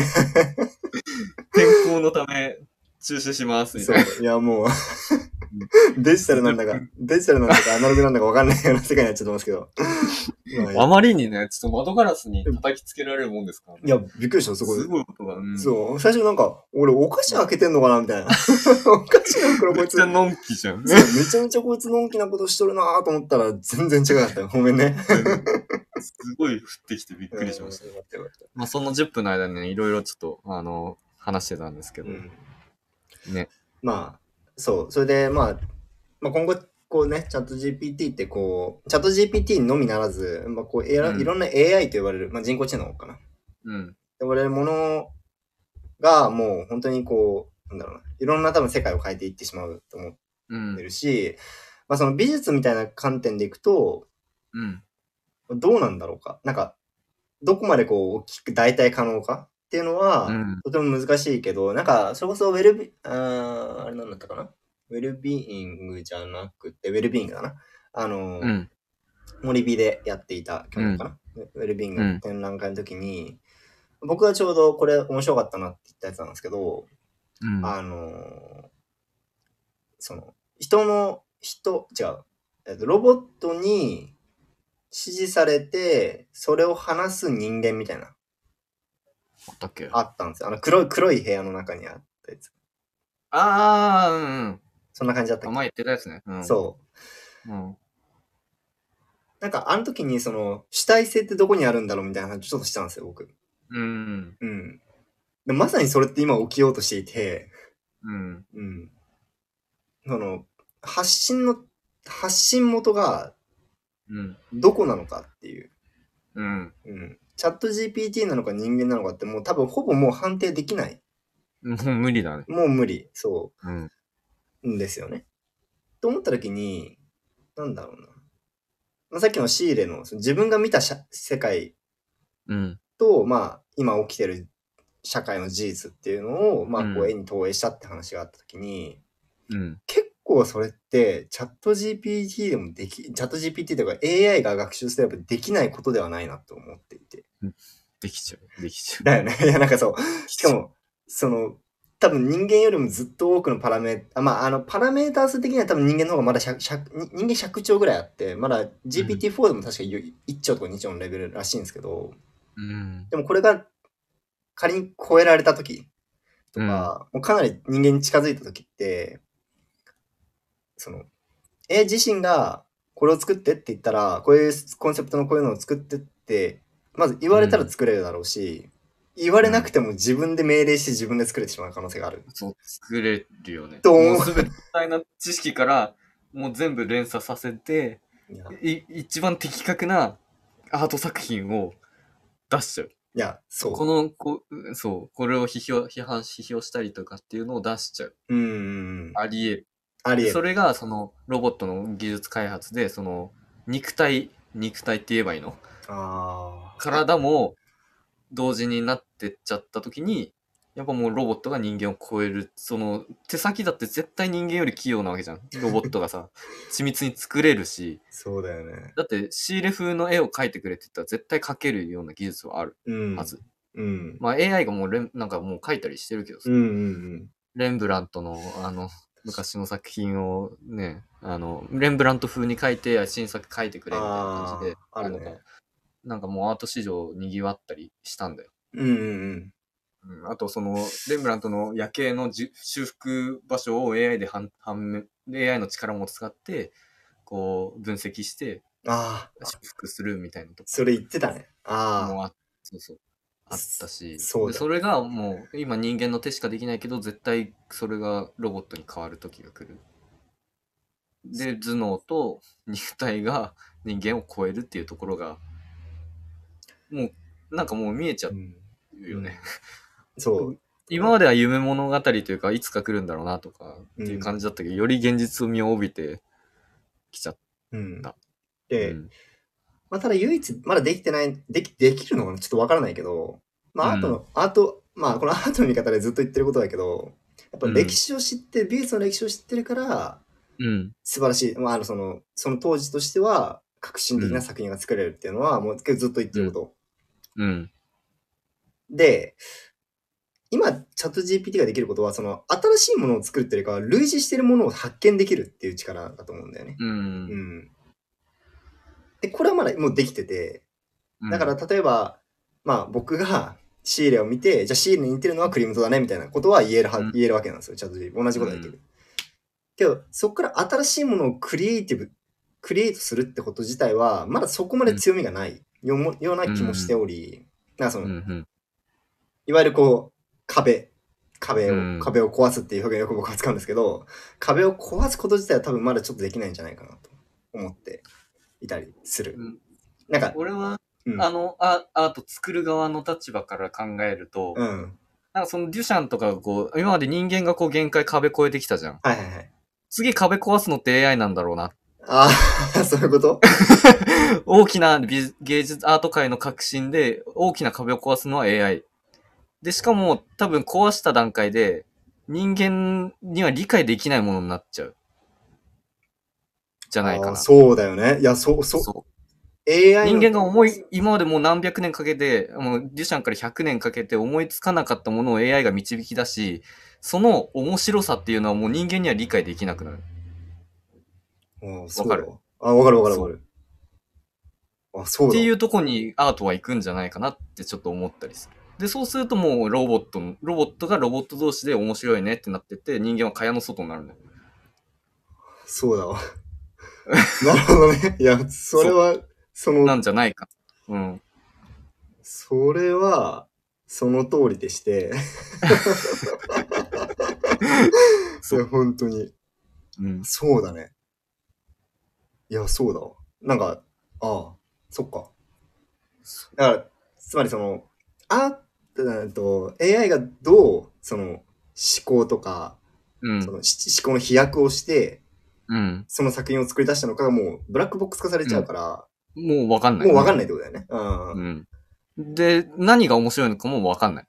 天候のため、中止しますみたいな。 そう、いやもうデジタルなんだかアナログなんだか分かんないような世界になっちゃってますけど。 あまりにね、ちょっと窓ガラスに叩きつけられるもんですから、ね。 いや、びっくりした、そこで。 すごいことが。 そう、最初なんか、俺お菓子開けてんのかなみたいな。お菓子の袋こいつ。 めっちゃのんきじゃん。 そう、めちゃめちゃこいつのんきなことしとるなと思ったら、全然違かったよ。ごめんね。 すごい降ってきてびっくりしました。まあ、その10分の間にね、いろいろちょっと、話してたんですけど。ね。 まあ、そう。それで、まあ今後、こうね、チャット GPT ってこう、チャット GPT のみならず、まあこう、いろんな AI と呼ばれる、まあ人工知能かな。呼ばれるものが、もう本当にこう、なんだろうな、いろんな多分世界を変えていってしまうと思ってるし、まあその美術みたいな観点でいくと、どうなんだろうか。なんか、どこまでこう、大きく代替可能かっていうのは、とても難しいけど、なんか、それこそあれなんだったかな、ウェルビーイングじゃなくて、ウェルビーイングだな。森美でやっていた去年かな、ウェルビーイング展覧会の時に、僕がちょうどこれ面白かったなって言ったやつなんですけど、その、ロボットに指示されて、それを話す人間みたいな。あったんですよ。黒い部屋の中にあったやつ。そんな感じだったっけ。 前言ってたやつね。 そう。なんか、あの時にその、主体性ってどこにあるんだろうみたいな話ちょっとしたんですよ、僕。でまさにそれって今起きようとしていて、その、発信元が、どこなのかっていう。チャット GPT なのか人間なのかってもう多分ほぼもう判定できない。 もう無理だね。 もう無理。そう。んですよね。と思った時に、なんだろうな。まあ、さっきのシーレの自分が見た世界と、まあ今起きてる社会の事実っていうのを、まあこう絵に投影したって話があった時に、結構それってチャット GPT でもチャット GPT とか AI が学習すればできないことではないなと思っていて。 できちゃう。 だよね。いや、なんかそう。しかも、多分人間よりもずっと多くのパラメーター数的には多分人間の方がまだ人間100兆ぐらいあって、まだ GPT-4 でも確か1兆とか2兆のレベルらしいんですけど、でもこれが仮に超えられた時とか、もうかなり人間に近づいた時って、自身がこれを作ってって言ったら、こういうコンセプトのこういうのを作ってって、まず言われたら作れるだろうし、言われなくても自分で命令して自分で作れてしまう可能性がある。 そう、作れるよね。もうすべての知識から、もう全部連鎖させて、一番的確なアート作品を出しちゃう。 いや、そう。 これを批評したりとかっていうのを出しちゃう。あり得る。それが、ロボットの技術開発で、肉体って言えばいいの？体も同時になってっちゃった時に、やっぱもうロボットが人間を超える。手先だって絶対人間より器用なわけじゃん。ロボットがさ、緻密に作れるし。 そうだよね。 だって、シーレ風の絵を描いてくれって言ったら絶対描けるような技術はあるはず。まあ AI がもうなんかもう描いたりしてるけどさ。レンブラントの昔の作品をね、レンブラント風に描いて、新作描いてくれみたいな感じで、 あるね。 なんかもうアート市場賑わったりしたんだよ。 うんうんうん。あとその、レンブラントの夜景の修復場所を AI でAI の力も使って、こう、分析して、修復するみたいなとこ。 それ言ってたね。 そうそう。あったし、 そうでそれがもう、今人間の手しかできないけど、絶対それがロボットに変わる時が来る。で、頭脳と肉体が人間を超えるっていうところが、もう、なんかもう見えちゃうよね。 そう。 今までは夢物語というか、いつか来るんだろうなとかっていう感じだったけど、より現実を見帯びてきちゃった。 で、まあ、ただ唯一、まだできてない、できるのかなちょっとわからないけど、まあ、まあ、このアートの見方でずっと言ってることだけど、やっぱ歴史を知ってる、美術の歴史を知ってるから、素晴らしい。まあ、その当時としては、革新的な作品が作れるっていうのは、もうずっと言ってること。で、今、チャット GPT ができることは、その、新しいものを作るっていうか、類似してるものを発見できるっていう力だと思うんだよね。で、これはまだもうできてて、だから例えば、まあ僕がシーレを見て、じゃあシーレに似てるのはクリムトだねみたいなことは言えるわけなんですよ。チャット GPT。同じことができる。けど、そこから新しいものをクリエイトするってこと自体は、まだそこまで強みがないような気もしており、なんかその、いわゆるこう、壁を壊すっていう表現をよく僕は使うんですけど、壁を壊すこと自体は多分まだちょっとできないんじゃないかなと思っていたりする。 なんか、俺は、アート作る側の立場から考えると、なんかそのデュシャンとかがこう、今まで人間がこう限界壁越えてきたじゃん。次壁壊すのって AI なんだろうな。 そういうこと大きな芸術アート界の革新で大きな壁を壊すのは AI。で、しかも多分壊した段階で人間には理解できないものになっちゃう。じゃないかな。 そうだよね。いや、そう。 AI 人間が今までもう何百年かけて、もうデュシャンから100年かけて思いつかなかったものを AI が導き出し、その面白さっていうのはもう人間には理解できなくなる。 わかる。わかる。そうだ。 っていうとこにアートは行くんじゃないかなってちょっと思ったりする。で、そうするともうロボットがロボット同士で面白いねってなってて、人間は蚊帳の外になるんだよ。 そうだわ。なるほどね。いや、それは、 なんじゃないか。 それは、その通りでして。いや、本当に。そうだね。いや、そうだわ。なんか、そっか。だから、つまりその、AI がどう、その、思考とか、その思考の飛躍をして、その作品を作り出したのかがもうブラックボックス化されちゃうから、 もうわかんない。 もうわかんないってことだよね。で、何が面白いのかもわかんない。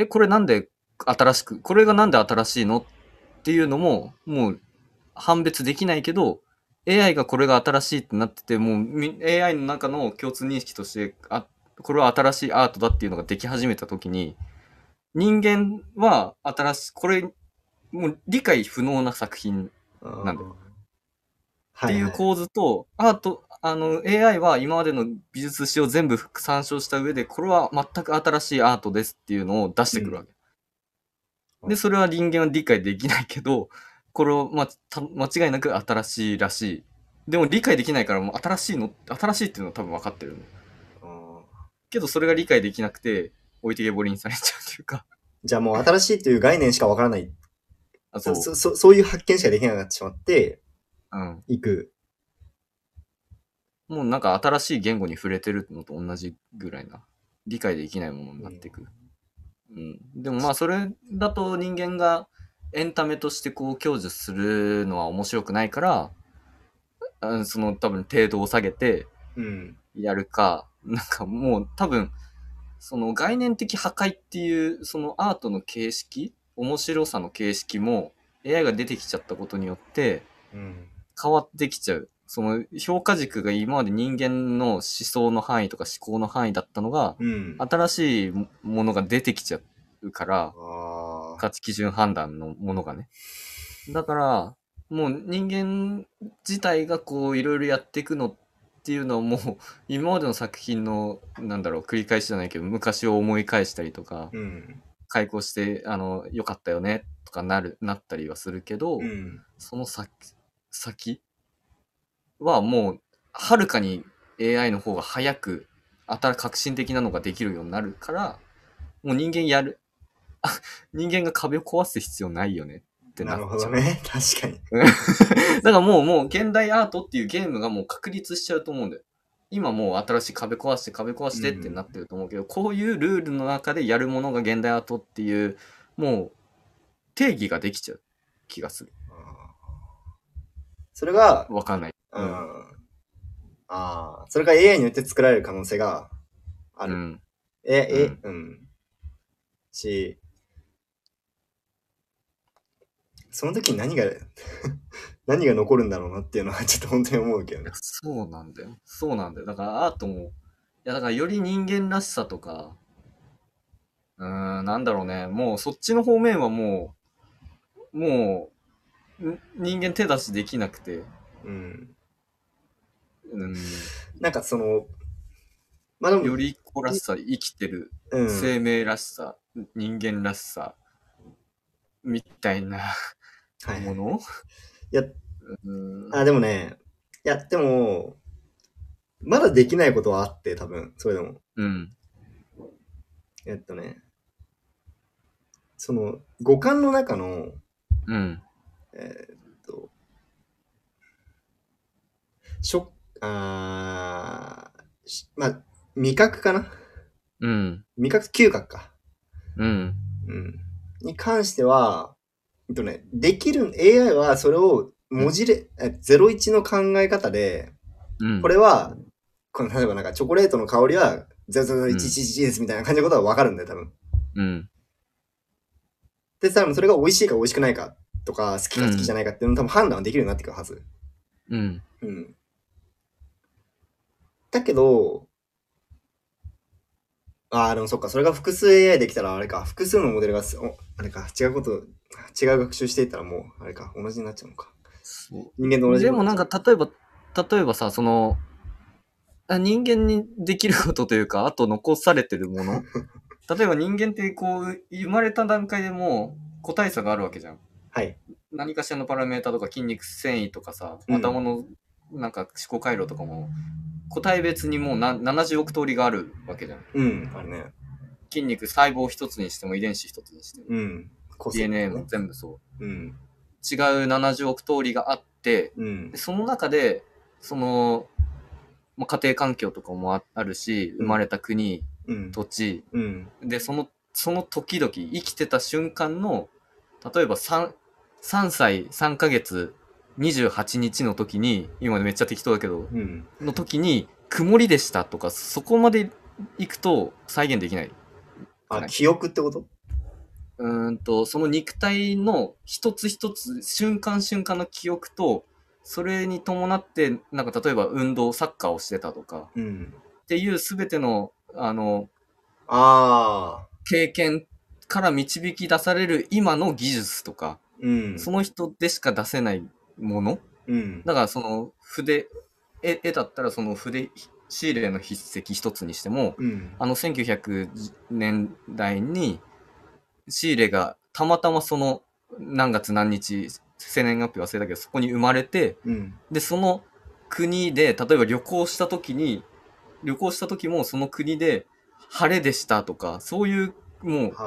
これなんでこれがなんで新しいのっていうのも、もう判別できないけど、AI がこれが新しいってなってて、もう AI の中の共通認識として、これは新しいアートだっていうのができ始めたときに、人間はこれ、もう理解不能な作品なんだよ。っていう構図と、AI は今までの美術史を全部参照した上で、これは全く新しいアートですっていうのを出してくるわけ。で、それは人間は理解できないけど、これを、間違いなく新しいらしい。でも理解できないからもう新しいっていうのは多分分かってるね。けどそれが理解できなくて、置いてけぼりにされちゃうというか。 じゃあもう新しいという概念しか分からない。そういう発見しかできなくなってしまって、行く。 もうなんか新しい言語に触れてるのと同じぐらいな。理解できないものになっていく。でもまあそれだと人間がエンタメとしてこう享受するのは面白くないから、その多分程度を下げてやるか、なんかもう多分その概念的破壊っていうそのアートの形式、面白さの形式も AI が出てきちゃったことによって変わってきちゃう。その評価軸が今まで人間の思想の範囲とか思考の範囲だったのが、新しいものが出てきちゃうから、価値基準判断のものがね。 だから、もう人間自体がこういろいろやっていくのっていうのはもう今までの作品のなんだろう繰り返しじゃないけど昔を思い返したりとか、開校してよかったよねとかなったりはするけど、その先はもうはるかに AI の方が早く革新的なのができるようになるから、もう人間が壁を壊す必要ないよねってなっちゃう。 なるほどね。確かに。 だからもう現代アートっていうゲームがもう確立しちゃうと思うんだよ。今もう新しい壁壊してってなってると思うけど、こういうルールの中でやるものが現代アートっていう、もう定義ができちゃう気がする。 それが、 わかんない。 それが AI によって作られる可能性がある。その時に何が残るんだろうなっていうのはちょっと本当に思うけどね。 そうなんだよ。だからアートも、いやだからより人間らしさとか、なんだろうね。もうそっちの方面はもう、人間手出しできなくて。 なんかその、 より子らしさ、生きてる、生命らしさ、人間らしさ、みたいなもの、 いや、でもね、でも、まだできないことはあって、多分、それでも。その、五感の中の、味覚かな？味覚、嗅覚か。に関しては、できる、AI はそれを01の考え方で、これは、例えばなんかチョコレートの香りは00111ですみたいな感じのことは分かるんだよ、多分。で、多分それが美味しいか美味しくないかとか、好きか好きじゃないかっていうのを多分判断はできるようになってくるはず。だけど、でもそっか、それが複数 AI できたらあれか、複数のモデルがあれか、違う学習していったらもう、あれか、同じになっちゃうのか。 人間と同じ。でもなんか、例えばさ、その、人間にできることというか、あと残されてるもの例えば人間ってこう、生まれた段階でも個体差があるわけじゃん。 はい。 何かしらのパラメータとか筋肉繊維とかさ、頭のなんか思考回路とかも、個体別にもう70億通りがあるわけじゃん。 あるね。 筋肉、細胞一つにしても遺伝子一つにしても。DNA も全部そう。違う70億通りがあって、その中で、その、家庭環境とかもあるし、生まれた国、土地、で、その時々、生きてた瞬間の、例えば3歳3ヶ月28日の時に、今めっちゃ適当だけど、の時に、曇りでしたとか、そこまで行くと再現できない。 記憶ってこと？ その肉体の一つ一つ、瞬間瞬間の記憶と、それに伴って、なんか例えばサッカーをしてたとか、っていうすべての、経験から導き出される今の技術とか、その人でしか出せないもの、だからその絵だったらその筆シーレの筆跡一つにしても、1900年代にシーレがたまたまその何月何日生年月日忘れたけどそこに生まれて、でその国で例えば旅行した時もその国で晴れでしたとかそういうもう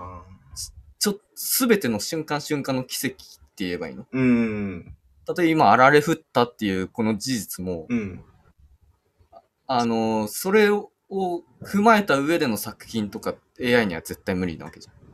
全ての瞬間瞬間の奇跡って言えばいいの？例えば今あられ降ったっていうこの事実も、それを踏まえた上での作品とか AI には絶対無理なわけじゃん。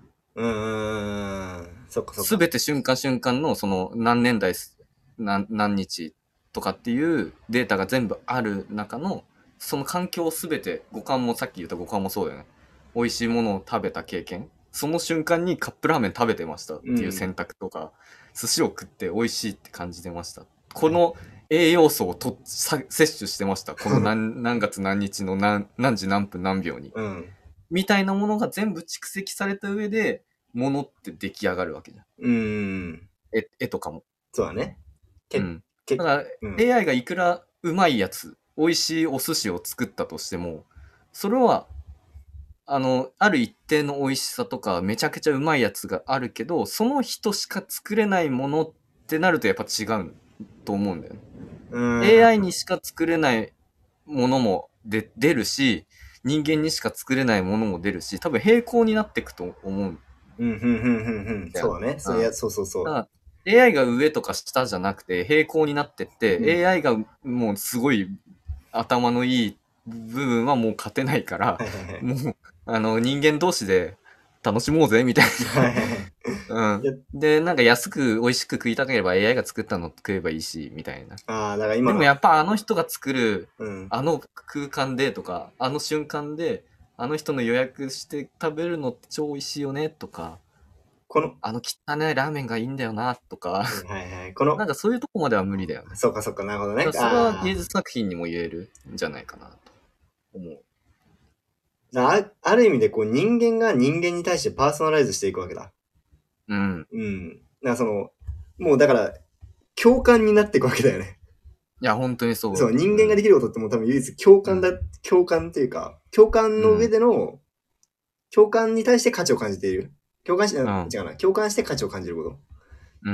そっか。 すべて瞬間瞬間のその何年代何日とかっていうデータが全部ある中のその環境をすべてさっき言った五感もそうだよね。美味しいものを食べた経験、その瞬間にカップラーメン食べてましたっていう選択とか、寿司を食って美味しいって感じてました。この栄養素を摂取してました。この何月何日の何時何分何秒に。みたいなものが全部蓄積された上で、ものって出来上がるわけじゃん。 絵とかも。 そうだね。 うん。だから、AI がいくらうまいやつ、美味しいお寿司を作ったとしても、それは、ある一定の美味しさとか、めちゃくちゃうまいやつがあるけど、その人しか作れないものってなるとやっぱ違うと思うんだよね。AI にしか作れないものも出るし、人間にしか作れないものも出るし、多分並行になっていくと思う。 そうだね。そうそうそう。 だから AI が上とか下じゃなくて並行になってって、AI がもうすごい頭のいい部分はもう勝てないから、もう人間同士で楽しもうぜみたいな。うん。で、なんか安く美味しく食いたければ AI が作ったの食えばいいし、みたいな。 だから今でもやっぱあの人が作る、あの空間でとか、あの瞬間で、あの人の予約して食べるのって超美味しいよねとか、あの汚いラーメンがいいんだよなとか、なんかそういうとこまでは無理だよね。 そうかそうか、なるほどね。 それは芸術作品にも言えるんじゃないかなと思う。 ある意味でこう人間が人間に対してパーソナライズしていくわけだ。 うん。 なんかもうだから、共感になっていくわけだよね。 いや、本当にそう。 そう、人間ができることってもう多分唯一共感っていうか、共感の上での、共感に対して価値を感じている。共感して価値を感じること。 うん。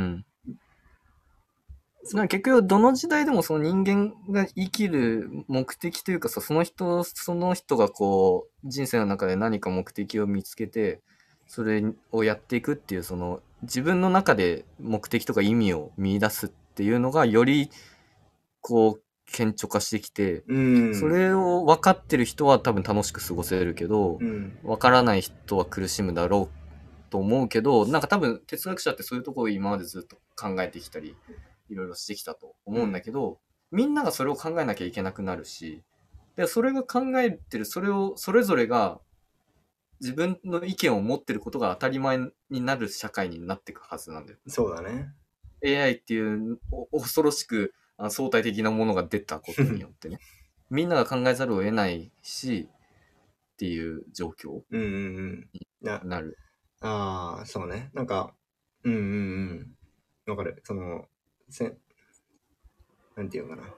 結局、どの時代でもその人間が生きる目的というかさ、その人がこう、人生の中で何か目的を見つけて、それをやっていくっていう、その、自分の中で目的とか意味を見出すっていうのが、より、こう、顕著化してきて、それを分かってる人は多分楽しく過ごせるけど、分からない人は苦しむだろうと思うけど、なんか多分哲学者ってそういうところを今までずっと考えてきたり、いろいろしてきたと思うんだけど、みんながそれを考えなきゃいけなくなるし、で、それが考えてる、それを、それぞれが自分の意見を持ってることが当たり前になる社会になっていくはずなんだよ。 そうだね。 AI っていう恐ろしく相対的なものが出たことによってね、みんなが考えざるを得ないし、っていう状況になる。 そうね。なんか、わかる。なんていうのかな。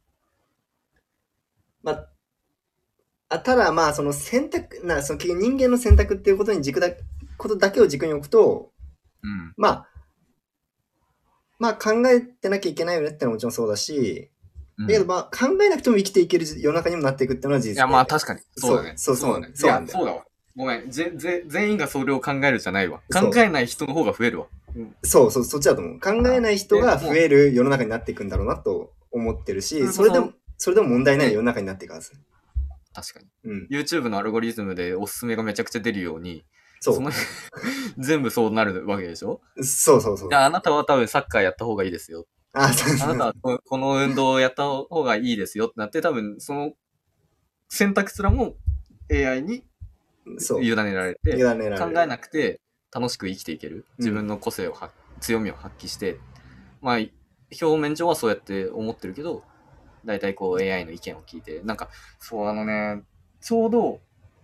ただまあ、その選択、その人間の選択っていうことだけを軸に置くと、まあ考えてなきゃいけないよねってのはもちろんそうだし、だけどまあ考えなくても生きていける世の中にもなっていくっていうのは事実で。 いやまあ確かに。そうだね。 そうだね。そうだわ。ごめん。全員がそれを考えるじゃないわ。考えない人の方が増えるわ。 そっちだと思う。考えない人が増える世の中になっていくんだろうなと思ってるし、それでも問題ない世の中になっていくはず。 確かに。YouTube のアルゴリズムでおすすめがめちゃくちゃ出るように、全部そうなるわけでしょ。 そう。 いや、あなたは多分サッカーやった方がいいですよ。あなたはこの運動をやった方がいいですよってなって、多分その選択すらも AI に委ねられて、考えなくて楽しく生きていける。自分の個性を強みを発揮して、まあ、表面上はそうやって思ってるけど、大体こう AI の意見を聞いて、なんか、そうちょうど、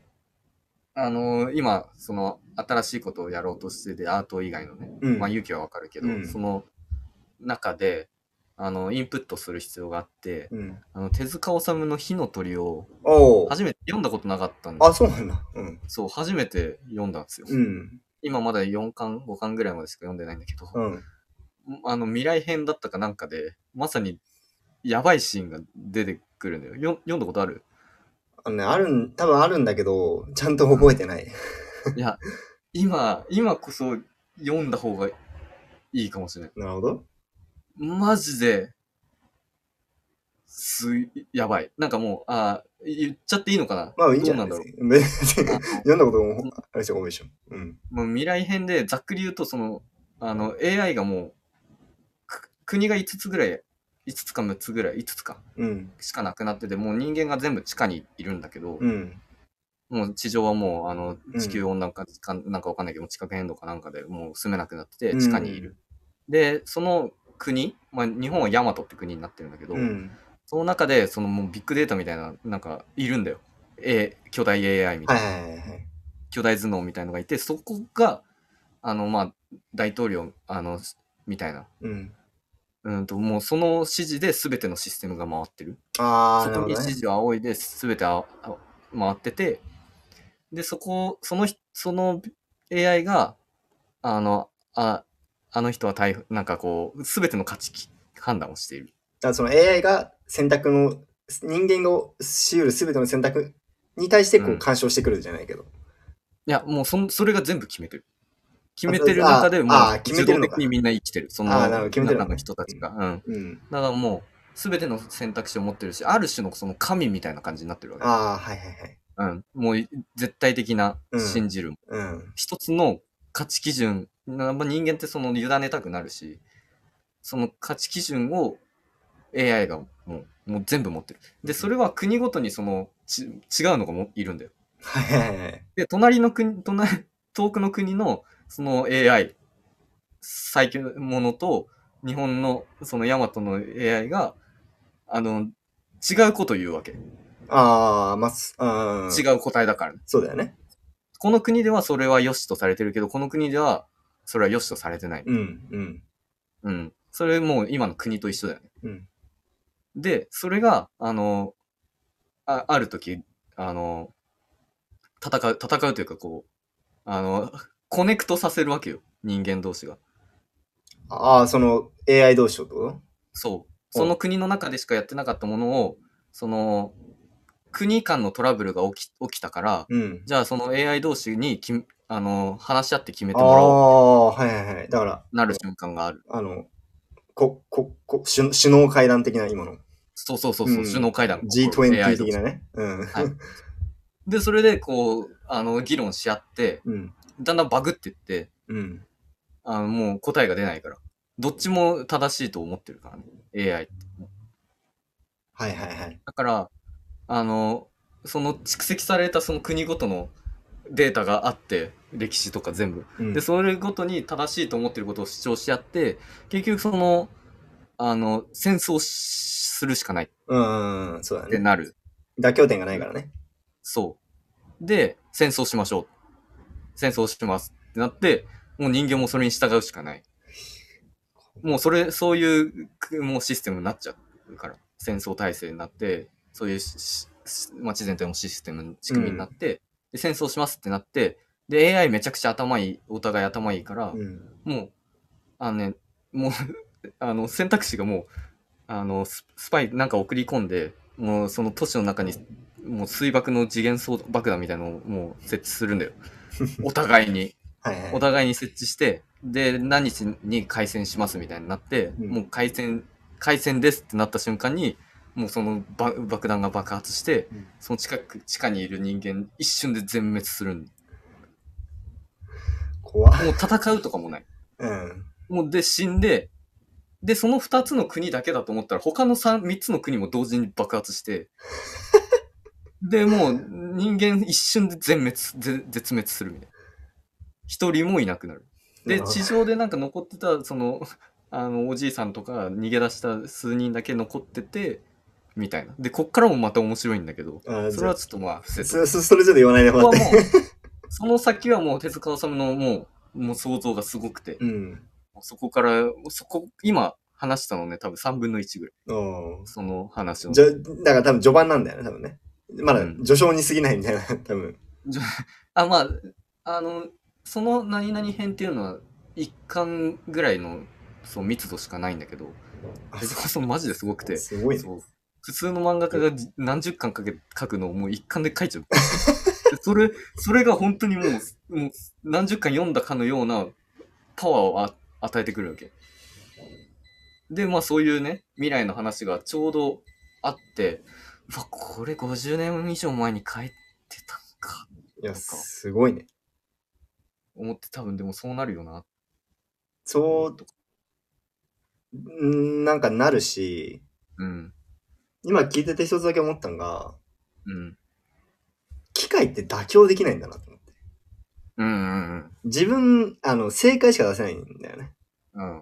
今、その、新しいことをやろうとしてて、アート以外のね、まあ、勇気はわかるけど、その中で、インプットする必要があって、手塚治虫の火の鳥を、初めて読んだことなかったんで。 そうなんだ。 そう、初めて読んだんですよ。今まだ4巻、5巻ぐらいまでしか読んでないんだけど、未来編だったかなんかで、まさに、やばいシーンが出てくるんだよ。読んだことある？ 多分あるんだけど、ちゃんと覚えてない。 いや、今こそ読んだ方がいいかもしれない。 なるほど。 マジで、やばい。なんかもう、言っちゃっていいのかな？ まあいいんじゃないですか。読んだこともあれでしょ、多いでしょ。 もう未来編でざっくり言うと、AI がもう、国が5つぐらい、5つか6つぐらい、5つか、しかなくなってて、もう人間が全部地下にいるんだけど、もう地上はもう、地球温暖化なんかわかんないけど、地殻変動かなんかでもう住めなくなってて、地下にいる。で、その国、まあ日本はヤマトって国になってるんだけど、その中で、もうビッグデータみたいな、なんかいるんだよ。巨大 AI みたいな。巨大頭脳みたいのがいて、そこが、まあ、大統領、 みたいな。もうその指示で全てのシステムが回ってる。そこに指示を仰いで全て回ってて、で、その AI が、あの人はなんかこう、全ての価値判断をしている。 その AI が選択の、人間がし得る全ての選択に対してこう干渉してくるじゃないけど。 いや、もうそれが全部決めてる。決めてる中でもう自動的にみんな生きてる。その中の人たちが。だからもう、全ての選択肢を持ってるし、ある種のその神みたいな感じになってるわけ。もう絶対的な信じる。一つの価値基準、人間ってその委ねたくなるし、その価値基準を AI がもう全部持ってる。で、それは国ごとにその違うのがいるんだよ。で、遠くの国のその AI、最強ものと、日本のそのヤマトの AI が、違うこと言うわけ。違う答えだからね。 そうだよね。 この国ではそれは良しとされてるけど、この国ではそれは良しとされてない。それもう今の国と一緒だよね。で、それが、ある時、戦うというかこう、コネクトさせるわけよ。人間同士が。 その AI 同士とってこと？ そう。その国の中でしかやってなかったものを、その、国間のトラブルが起きたから、じゃあその AI 同士に話し合って決めてもらおう。だから、 なる瞬間がある。 首脳会談的な今の。 そう、首脳会談。 G20 的なね。 で、それでこう、議論し合って、だんだんバグっていって、もう答えが出ないから。どっちも正しいと思ってるからね。AI って。だから、その蓄積されたその国ごとのデータがあって、歴史とか全部。で、それごとに正しいと思ってることを主張し合って、結局その、戦争するしかない。 そうだね。 ってなる。 妥協点がないからね。 そう。で、戦争しましょう。戦争しますってなって、もう人間もそれに従うしかない。もうそういうもうシステムになっちゃうから。戦争体制になって、そういう自然とのシステム、仕組みになって、で、戦争しますってなって、で、AI めちゃくちゃお互い頭いいから、もう、もう、選択肢がもう、スパイなんか送り込んで、もうその都市の中に、もう水爆の次元爆弾みたいなのをもう設置するんだよ。お互いに。お互いに設置して、で、何日に開戦しますみたいになって、もう開戦ですってなった瞬間に、もうその爆弾が爆発して、その地下にいる人間、一瞬で全滅するん。 怖い。 もう戦うとかもない。もうで、死んで、で、その2つの国だけだと思ったら、他の3つの国も同時に爆発して、で、もう人間一瞬で絶滅するみたいな。一人もいなくなる。で、地上でなんか残ってた、その、おじいさんとか逃げ出した数人だけ残ってて、みたいな。で、こっからもまた面白いんだけど、それはちょっとまあ、 それちょっと言わないでもらって。 その先はもう手塚治虫のもう想像がすごくて、そこから、今話したのね、多分3分の1ぐらい。その話を。 だから多分序盤なんだよね、多分ね。まだ序章に過ぎないみたいな、多分。 まあ、その何々編っていうのは1巻ぐらいの密度しかないんだけど、手塚さんマジですごくて、 すごいね。 普通の漫画家が何十巻かけて書くのをもう1巻で書いちゃう。それが本当にもう何十巻読んだかのようなパワーを与えてくるわけ。で、まあそういうね、未来の話がちょうどあって、これ50年以上前に書いてたんか。 いや、すごいね。 思って多分でもそうなるよな。 なんかなるし、今聞いてて一つだけ思ったのが、機械って妥協できないんだなと思って。自分、正解しか出せないんだよね。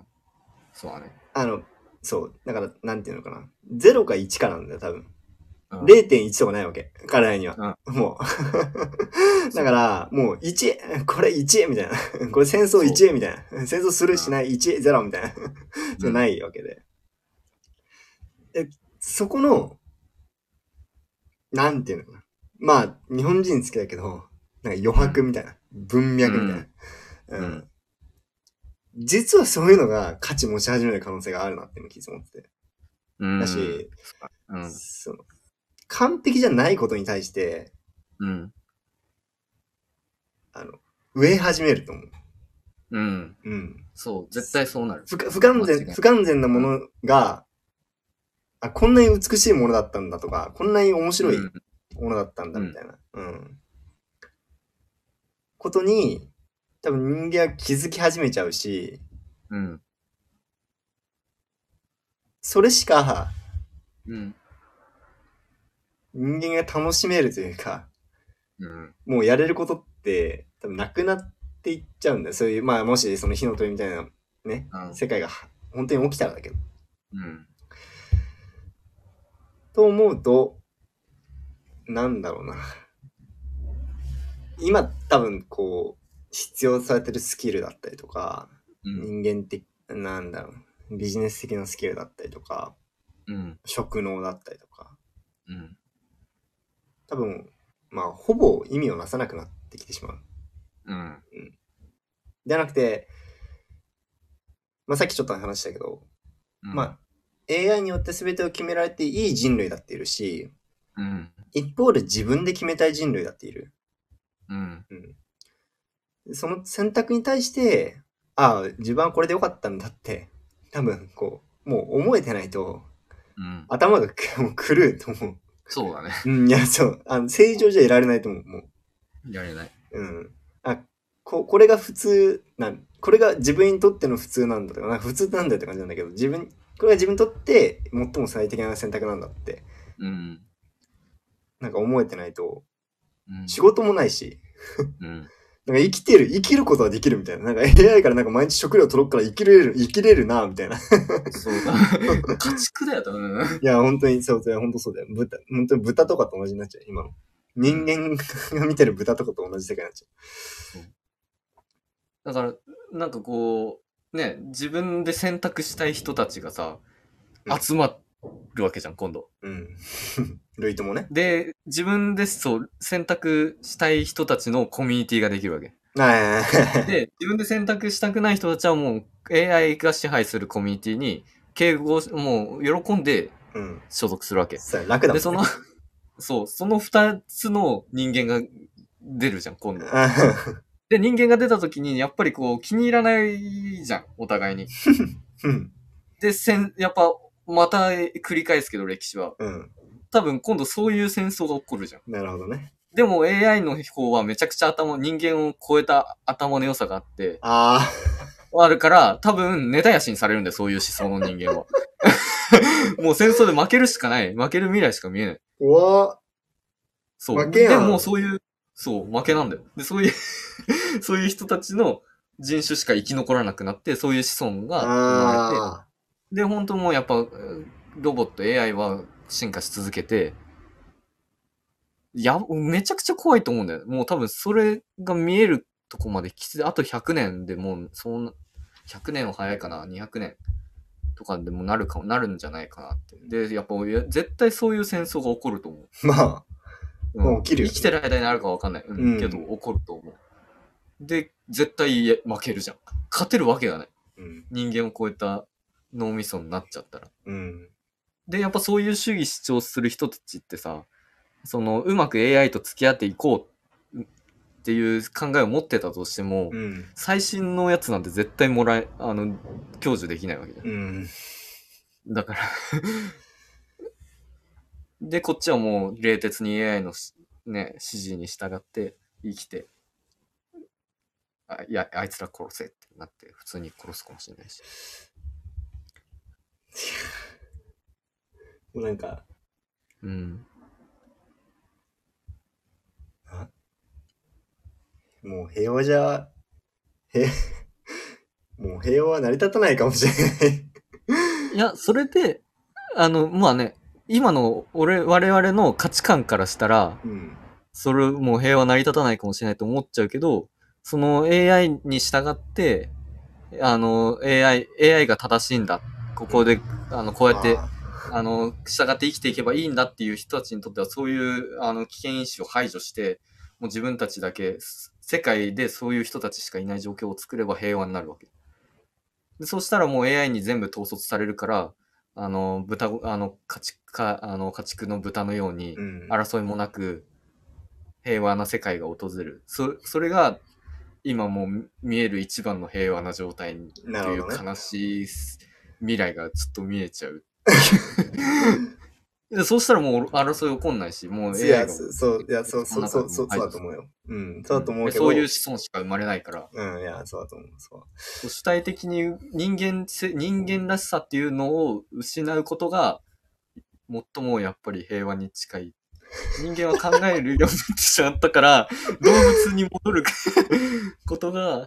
そうだね。 そう。だから、なんていうのかな。0か1かなんだよ、多分。 0.1 とかないわけ。彼らには。もう。だから、もう1、これ1みたいな。これ戦争1みたいな。戦争するしない1、0みたいな。じゃないわけで。そこの、なんていうのかな。まあ、日本人好きだけど、なんか余白みたいな。文脈みたいな。実はそういうのが価値持ち始める可能性があるなっていうのを気づいてて。だし、その、完璧じゃないことに対して、植え始めると思う。 そう、絶対そうなる。 不完全なものが、こんなに美しいものだったんだとか、こんなに面白いものだったんだみたいな。ことに、多分人間は気づき始めちゃうし、それしか、人間が楽しめるというか、もうやれることって多分なくなっていっちゃうんだよ。そういう、まあもしその火の鳥みたいなね、世界が本当に起きたらだけど。と思うと、なんだろうな。今多分こう、必要されてるスキルだったりとか、人間的、なんだろう、ビジネス的なスキルだったりとか、職能だったりとか、多分、まあ、ほぼ意味をなさなくなってきてしまう。じゃなくて、まあさっきちょっと話したけど、まあ、AI によって全てを決められていい人類だっているし、一方で自分で決めたい人類だっている。その選択に対して、自分はこれでよかったんだって、多分こう、もう思えてないと、頭がもう狂うと思う。 そうだね。 いや、そう。正常じゃいられないと思う。もう。 いられない。 これが普通これが自分にとっての普通なんだとか、普通なんだよって感じなんだけど、これが自分にとって最も最適な選択なんだって。なんか思えてないと、仕事もないし、なんか生きることはできるみたいな。なんか AI からなんか毎日食料届くから生きれるな、みたいな。 そうだ。家畜だよ、多分。 いや、本当にそうだよ。本当そうだよ。本当に豚とかと同じになっちゃう、今の。人間が見てる豚とかと同じ世界になっちゃう。 だから、なんかこう、ね、自分で選択したい人たちがさ、集まるわけじゃん、今度。 類ともね。 で、自分でそう選択したい人たちのコミュニティができるわけ。で、自分で選択したくない人たちはもう AI が支配するコミュニティに敬語をもう喜んで所属するわけ。 楽だもんね。 で、その二つの人間が出るじゃん、今度。で、人間が出た時に、やっぱりこう、気に入らないじゃん、お互いに。で、やっぱ、また繰り返すけど、歴史は。多分、今度そういう戦争が起こるじゃん。 なるほどね。 でも AI の方はめちゃくちゃ人間を超えた頭の良さがあって。あるから、多分、根絶やしにされるんだよ、そういう思想の人間は。もう戦争で負けるしかない。負ける未来しか見えない。そう。でもそういう、負けなんだよ。で、そういう人たちの人種しか生き残らなくなって、そういう子孫が生まれて、で、本当もうやっぱ、ロボット、AI は進化し続けて、めちゃくちゃ怖いと思うんだよ。もう多分それが見えるとこまで来て、あと100年でもう、100年は早いかな、200年とかでもなるんじゃないかなって。で、やっぱ絶対そういう戦争が起こると思う。 まあ、もう起きるよ、 生きてる間になるかわかんない。けど起こると思う。で、絶対負けるじゃん。勝てるわけがない。人間を超えた脳みそになっちゃったら。で、やっぱそういう主義主張する人たちってさ、うまく AI と付き合っていこうっていう考えを持ってたとしても、最新のやつなんて絶対享受できないわけだよ。だからで、こっちはもう冷徹に AI のね、指示に従って生きて、あいつら殺せってなって普通に殺すかもしれないし。 なんか、もう平和じゃ、もう平和は成り立たないかもしれない。 いや、それで、まあね、 今の我々の価値観からしたら、それもう平和成り立たないかもしれないと思っちゃうけど、その AI に従って、AI が正しいんだ。ここで、こうやって、従って生きていけばいいんだっていう人たちにとっては、そういう、危険因子を排除して、もう自分たちだけ、世界でそういう人たちしかいない状況を作れば平和になるわけ。でそうしたらもう AI に全部統率されるから、家畜の豚のように、争いもなく、平和な世界が訪れる。それが、今もう見える一番の平和な状態っていう悲しい未来がちょっと見えちゃう。そうしたらもう争い起こんないし、もう AI が。 そうだと思うよ。そうだと思うけど。 そういう子孫しか生まれないから。 そうだと思う。 主体的に人間らしさっていうのを失うことが、最もやっぱり平和に近い。人間は考えるようになってしまったから、動物に戻ることが、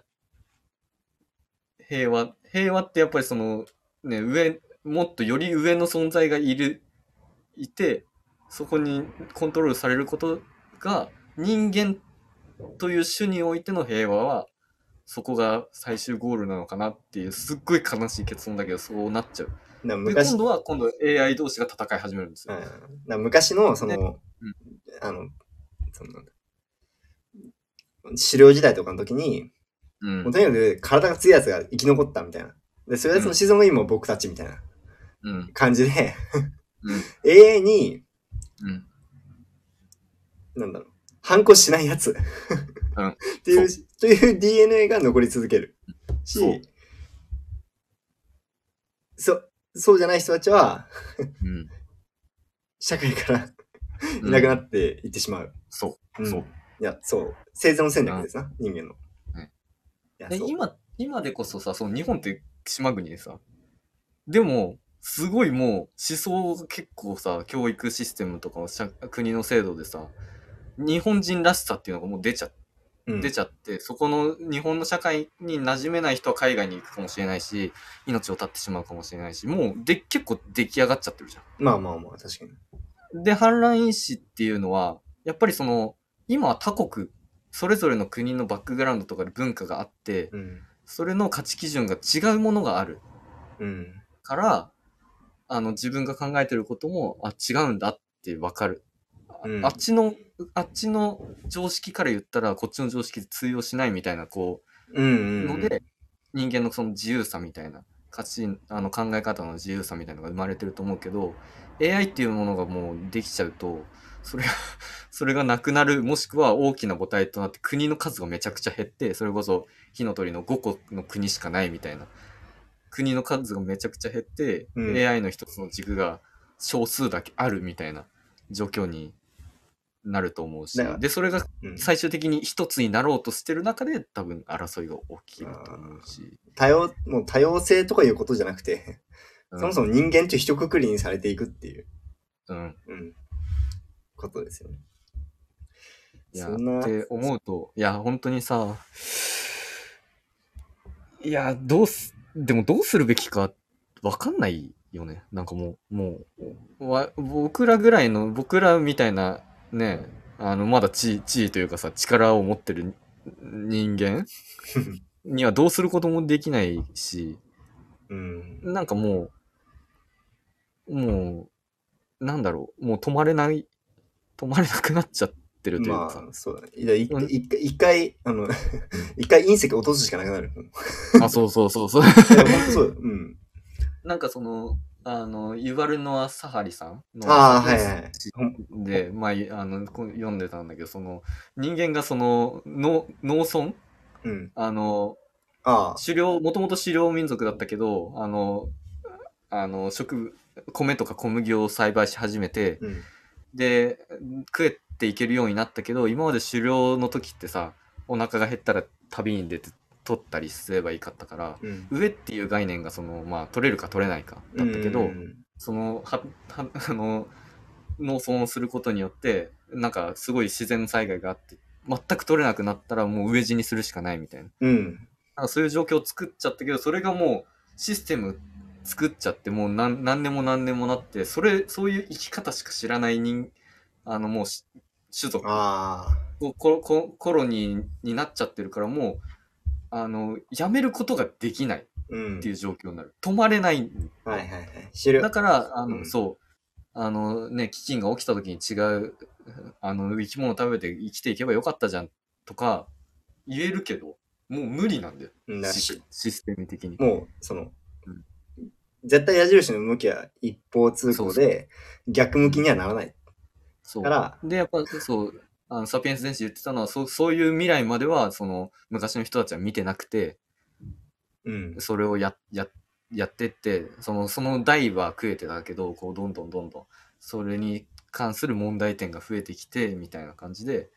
平和ってやっぱりその、ね、もっとより上の存在がいて、そこにコントロールされることが、人間という種においての平和は、そこが最終ゴールなのかなっていう、すっごい悲しい結論だけど、そうなっちゃう。で、今度 AI 同士が戦い始めるんですよ。 昔の、その狩猟時代とかの時に、もうとにかく体が強いやつが生き残ったみたいな。で、それはその子孫が今僕たちみたいな感じで、AI に、なんだろう、反抗しないやつっていう、という DNA が残り続けるし、そうじゃない人たちは社会からいなくなっていってしまう。 そう。 いや、そう。生存戦略ですな、人間の。 で今でこそさ、その日本って島国でさ、でも、すごいもう思想が結構さ、教育システムとか国の制度でさ、日本人らしさっていうのがもう出ちゃって、そこの日本の社会に馴染めない人は海外に行くかもしれないし、命を絶ってしまうかもしれないし、もう結構出来上がっちゃってるじゃん。 まあ、確かに。で、反乱因子っていうのは、やっぱりその、今は他国、それぞれの国のバックグラウンドとかで文化があって、それの価値基準が違うものがある。から、自分が考えてることも、違うんだってわかる。あっちの常識から言ったら、こっちの常識で通用しないみたいな、ので、人間のその自由さみたいな、考え方の自由さみたいなのが生まれてると思うけど、AI っていうものがもうできちゃうと、それがなくなる、もしくは大きな母体となって国の数がめちゃくちゃ減って、それこそ火の鳥の5個の国しかないみたいな。国の数がめちゃくちゃ減って、AI の一つの軸が少数だけあるみたいな状況になると思うし、で、それが最終的に一つになろうとしてる中で、多分争いが起きると思うし。 もう多様性とかいうことじゃなくて、そもそも人間と一括りにされていくっていう、ことですよね。 いや、って思うと、いや、本当にさ、いや、でもどうするべきかわかんないよね。なんかもう、僕らみたいなね、まだ地位というかさ、力を持ってる人間にはどうすることもできないし、なんかもう、なんだろう、もう止まれなくなっちゃってるというかさ。 まあ、そうだね。一回、一回隕石落とすしかなくなる。 そう。 本当そうだ。 なんかその、ユバルノア・サハリさんので、まあ、読んでたんだけど、その、人間がその、農村もともと狩猟民族だったけど、米とか小麦を栽培し始めて、で、食えていけるようになったけど、今まで狩猟の時ってさ、お腹が減ったら旅に出て取ったりすればいいかったから、上っていう概念がその、まあ、取れるか取れないかだったけど、その、農村をすることによって、なんかすごい自然災害があって、全く取れなくなったらもう飢え死にするしかないみたいな。なんかそういう状況を作っちゃったけど、それがもうシステム作っちゃって、もう何でも何でもなって、そういう生き方しか知らないもう種族、コロニーになっちゃってるから、もう、やめることができないっていう状況になる。止まれない。 はいはいはい。 だから、そう、飢饉が起きた時に違う、生き物食べて生きていけばよかったじゃんとか言えるけど、もう無理なんだよ。システム的に。 もう、絶対矢印の向きは一方通行で、逆向きにはならない。 そう。から、で、やっぱそう、サピエンス電子言ってたのは、そういう未来までは、昔の人たちは見てなくて、それをやってって、その代は食えてたけど、こう、どんどん、それに関する問題点が増えてきて、みたいな感じで、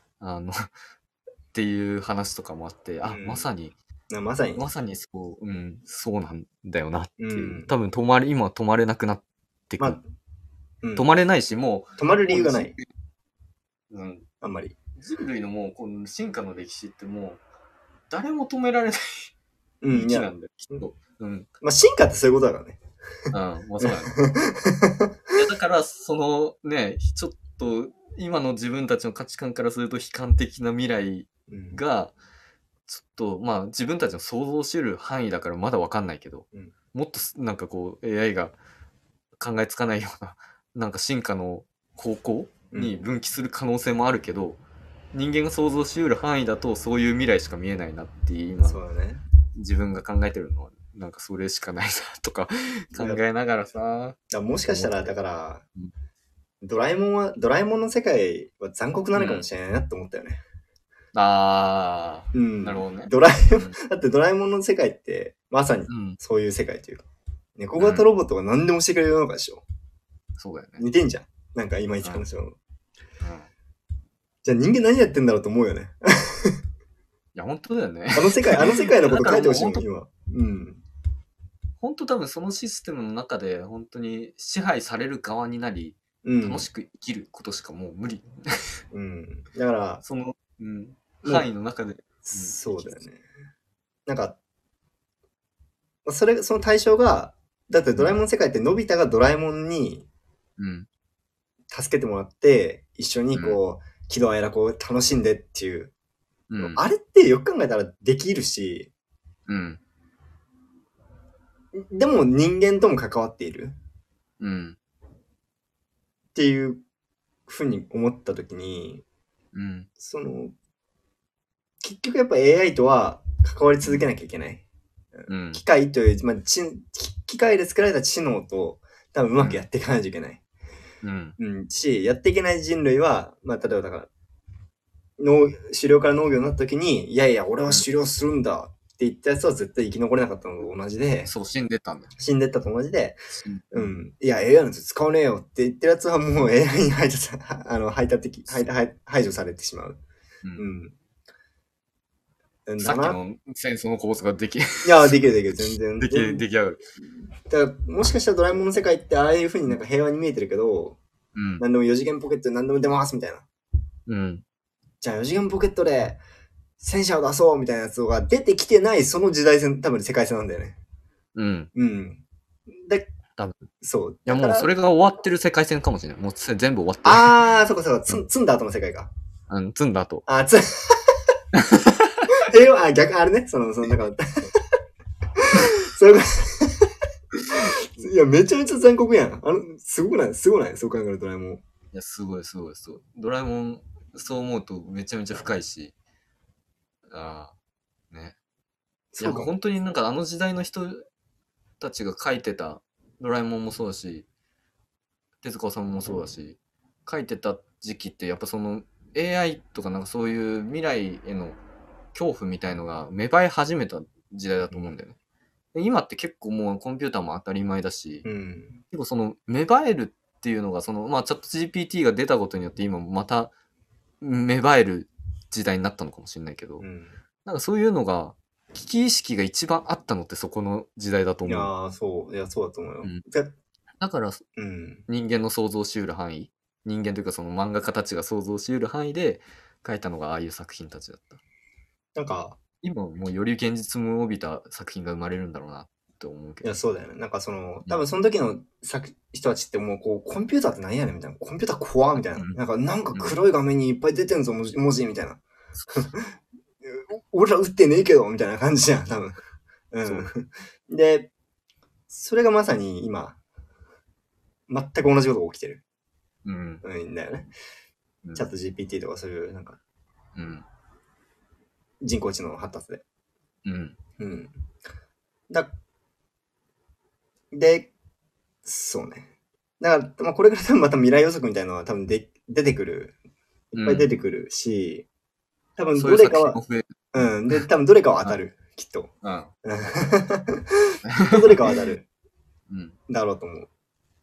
っていう話とかもあって、まさにそう、そうなんだよなっていう。多分今止まれなくなってくる。止まれないし、もう。止まる理由がない。あんまり。 人類のもう、この進化の歴史ってもう、誰も止められない域なんだよ、きっと。 まあ、進化ってそういうことだからね。 まあそうだね。だから、ちょっと、今の自分たちの価値観からすると悲観的な未来が、ちょっと、まあ自分たちの想像し得る範囲だからまだわかんないけど、もっとなんかこう AI が考えつかないような、なんか進化の方向に分岐する可能性もあるけど、人間が想像し得る範囲だとそういう未来しか見えないなって今、自分が考えてるのは、なんかそれしかないなとか考えながらさ。 もしかしたら、だから、ドラえもんの世界は残酷なのかもしれないなって思ったよね。 なるほどね。 だってドラえもんの世界って、まさにそういう世界というか、猫型ロボットが何でもしてくれるのかでしょ。 そうだよね。 似てんじゃん。なんか今言った話の。じゃあ人間何やってんだろうと思うよね。 いや、本当だよね。 あの世界のこと書いてほしいもん、今。 本当多分そのシステムの中で本当に支配される側になり、楽しく生きることしかもう無理。 だから、 その、範囲の中で。 そうだよね。なんか、その対象が、だってドラえもんの世界ってのび太がドラえもんに、助けてもらって、一緒にこう、喜怒哀楽を楽しんでっていう。あれってよく考えたらできるし、でも人間とも関わっている。っていうふうに思ったときに、結局やっぱ AI とは関わり続けなきゃいけない。機械という、まあ、機械で作られた知能と多分うまくやっていかないといけない。し、やっていけない人類は、まあ、例えばだから、狩猟から農業になった時に、いやいや、俺は狩猟するんだって言ったやつは絶対生き残れなかったのと同じで、 そう、死んでったんだ。 死んでったと同じで、いや、AI なんて使わねえよって言ってるやつはもう AI に排除されてしまう。 さっきの戦争の構図ができいや、できる、全然。 出来上がる。 だからもしかしたらドラえもんの世界ってああいう風になんか平和に見えてるけど、何でも4次元ポケットで何でも出ますみたいな。じゃあ4次元ポケットで戦車を出そうみたいなやつが出てきてないその時代線、多分世界線なんだよね。 多分。 そう。 いやもうそれが終わってる世界線かもしれない。もう全部終わってる。そうか。積んだ後の世界か。 積んだ後。 逆、あれね。なんか、それが、いや、めちゃめちゃ残酷やん。すごくないそう考えるドラえもん。いや、すごい。ドラえもん、そう思うとめちゃめちゃ深いし。ね。いや、本当になんかあの時代の人たちが書いてたドラえもんもそうだし、手塚治虫もそうだし、書いてた時期ってやっぱその AI とかなんかそういう未来への恐怖みたいのが芽生え始めた時代だと思うんだよね。今って結構もうコンピューターも当たり前だし、結構その芽生えるっていうのがまあチャット GPT が出たことによって今また芽生える時代になったのかもしれないけど、なんかそういうのが危機意識が一番あったのってそこの時代だと思う。 そうだと思うよ。 だから、人間の想像しうる範囲、人間というかその漫画家たちが想像しうる範囲で書いたのがああいう作品たちだった。 なんか、 今もうより現実味を帯びた作品が生まれるんだろうな。 って思うけど。 いや、そうだよね。なんか多分その時の人たちってもうこう、コンピューターって何やねんみたいな。コンピューター怖みたいな。なんか黒い画面にいっぱい出てんぞ、文字みたいな。俺ら打ってねえけど、みたいな感じじゃん、多分。で、それがまさに今、全く同じことが起きてる。だよね。チャット GPT とかそういう、なんか、人工知能の発達で。で、そうね。だから、これから多分また未来予測みたいなのは多分出てくる。いっぱい出てくるし、多分どれかは、で、多分どれかは当たる。きっと。きっとどれかは当たる。だろうと思う。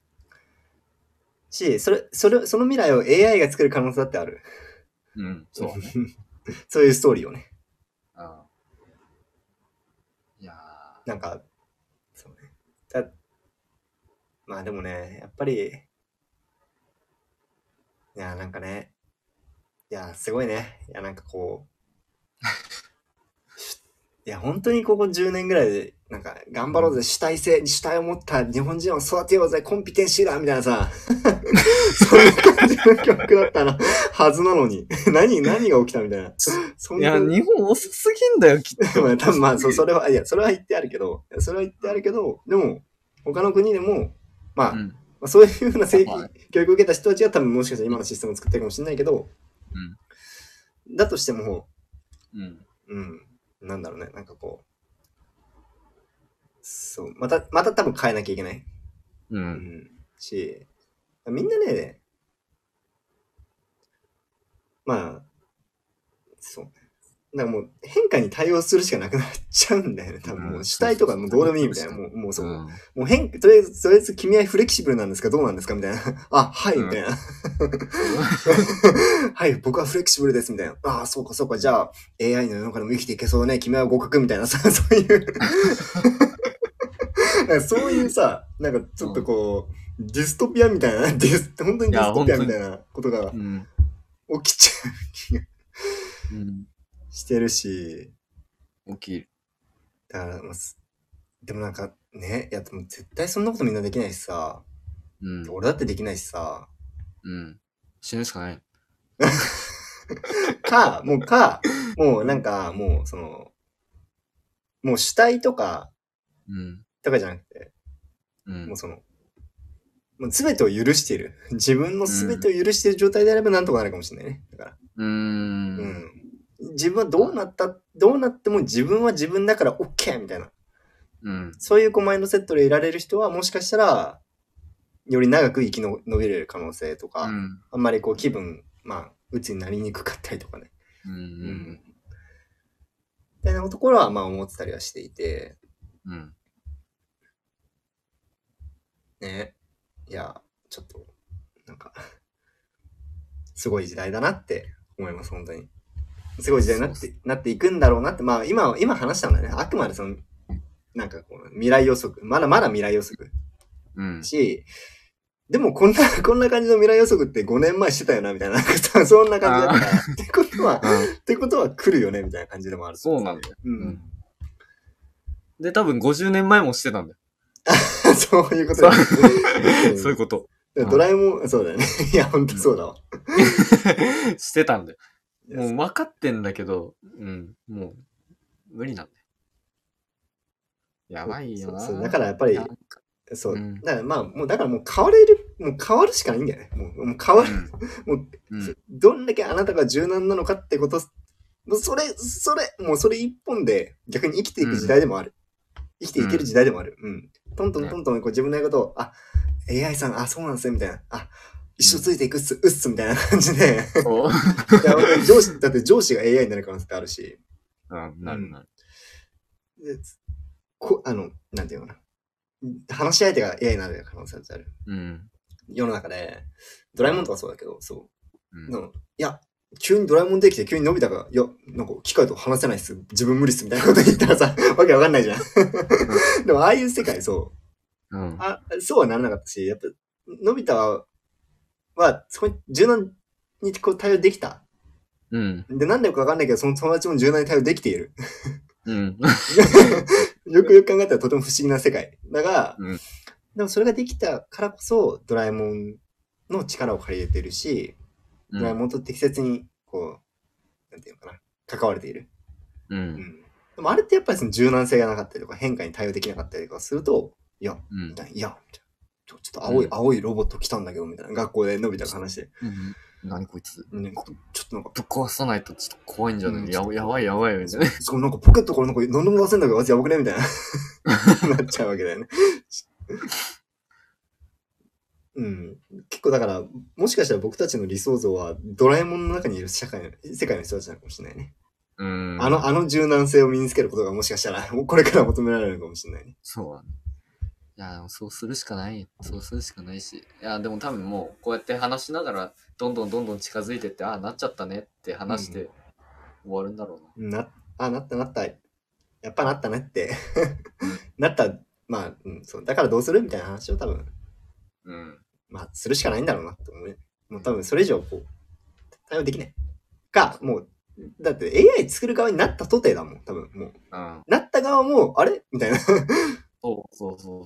し、その未来を AI が作る可能性だってある。 そう。 そういうストーリーをね。 いやなんか、そうね。まあでもね、やっぱり、いや、なんかね、いや、すごいね。いや、なんかこう、いや、本当にここ10年ぐらいで、なんか、頑張ろうぜ、主体を持った日本人を育てようぜ、コンピテンシーだみたいなさ、そんな感じの曲だったはずなのに、何が起きたみたいな。 いや、日本遅すぎんだよ、きっと。 多分まあ、それは言ってあるけど、でも、他の国でも、まあ、そういうふうな教育を受けた人たちが多分もしかしたら今のシステムを作ってるかもしれないけど、だとしても、なんだろうね、なんかこう、そう、また多分変えなきゃいけない。し、みんなね、まあ、そうね。なんかもう変化に対応するしかなくなっちゃうんだよね。多分もう主体とかもうどうでもいいみたいな。もうそう。もうとりあえず君はフレキシブルなんですかどうなんですかみたいな。あ、はい、みたいな。はい、僕はフレキシブルです、みたいな。ああ、そうか。じゃあ、AI の世の中でも生きていけそうだね。君は合格みたいなさ、そういう。なんかそういうさ、なんかちょっとこう、ディストピアみたいな、本当にディストピアみたいなことが起きちゃう気がしてるし。 起きる。 だから、でもなんかね、いや、でも絶対そんなことみんなできないしさ。俺だってできないしさ。 死ぬしかない。 もうなんか、もう主体とか、とかじゃなくて、もう全てを許している。自分の全てを許している状態であればなんとかなるかもしれないね。だから。自分はどうなっても自分は自分だから OK! みたいな。そういうマインドセットでいられる人はもしかしたら、より長く生き延びれる可能性とか、あんまり気分、鬱になりにくかったりとかね。みたいなところは思ってたりはしていて。ね。いや、ちょっと、なんか、すごい時代だなって思います、本当に。すごい時代になっていくんだろうなって、今話したんだね。あくまでなんか未来予測、まだ未来予測。し、でもこんな感じの未来予測って5年前してたよな、みたいな。そんな感じだから。ってことは来るよね、みたいな感じでもある。 そうなんだよ。で、多分50年前もしてたんだよ。 そういうことだ、 ね。そういうこと。 ドラえもん、そうだよね。いや、ほんとそうだわ。 してたんだよ。もう分かってんだけど、もう、無理なんだよ。やばいよな。 だからやっぱり、そう。だからもう変わるしかないんだよね。もう変わる。もう、どんだけあなたが柔軟なのかってこと、もうそれ一本で逆に生きていく時代でもある。生きていける時代でもある。トントン自分のやることを、AI さん、そうなんですね、みたいな。一生ついていくっす、みたいな感じで。だって上司が AI になる可能性ってあるし。 なる。 なんていうのかな。話し相手が AI になる可能性ってある。世の中で、ドラえもんとかそうだけど、そう。いや、急にドラえもんできて急にのび太が、いや、なんか機械と話せないっす。自分無理っす。みたいなこと言ったらさ、わけわかんないじゃん。でもああいう世界、そう。そうはならなかったし、やっぱ、のび太は、そこに柔軟に対応できた。で、なんでかわかんないけど、その友達も柔軟に対応できている。 よくよく考えたらとても不思議な世界。だが、でもそれができたからこそ、ドラえもんの力を借りれてるし、ドラえもんと適切に、こう、なんていうのかな、関われている。でもあれってやっぱりその柔軟性がなかったりとか、変化に対応できなかったりとかすると、いや、みたいな、いや、ちょっと青いロボット来たんだけど、みたいな。学校でのび太が話して。 何こいつ、 ちょっとなんか。 ぶっ壊さないとちょっと怖いんじゃない、やばい、みたいな。 そう、なんかポケットからなんか何でも出せんだけど、やばくねみたいな。なっちゃうわけだよね。結構だから、もしかしたら僕たちの理想像は、ドラえもんの中にいる世界の人たちなのかもしれないね。あの柔軟性を身につけることがもしかしたら、これから求められるかもしれないね。 そうだね。いや、そうするしかない。そうするしかないし。いや、でも多分もう、こうやって話しながら、どんどん近づいてって、なっちゃったねって話して終わるんだろうな。なった。やっぱなったねって。なった、まあ、そう。だからどうするみたいな話を多分、まあ、するしかないんだろうなって思うね。もう多分それ以上、こう、対応できない。か、もう、だって AI 作る側になったとてだもん、多分もう。なった側も、あれみたいな。そう。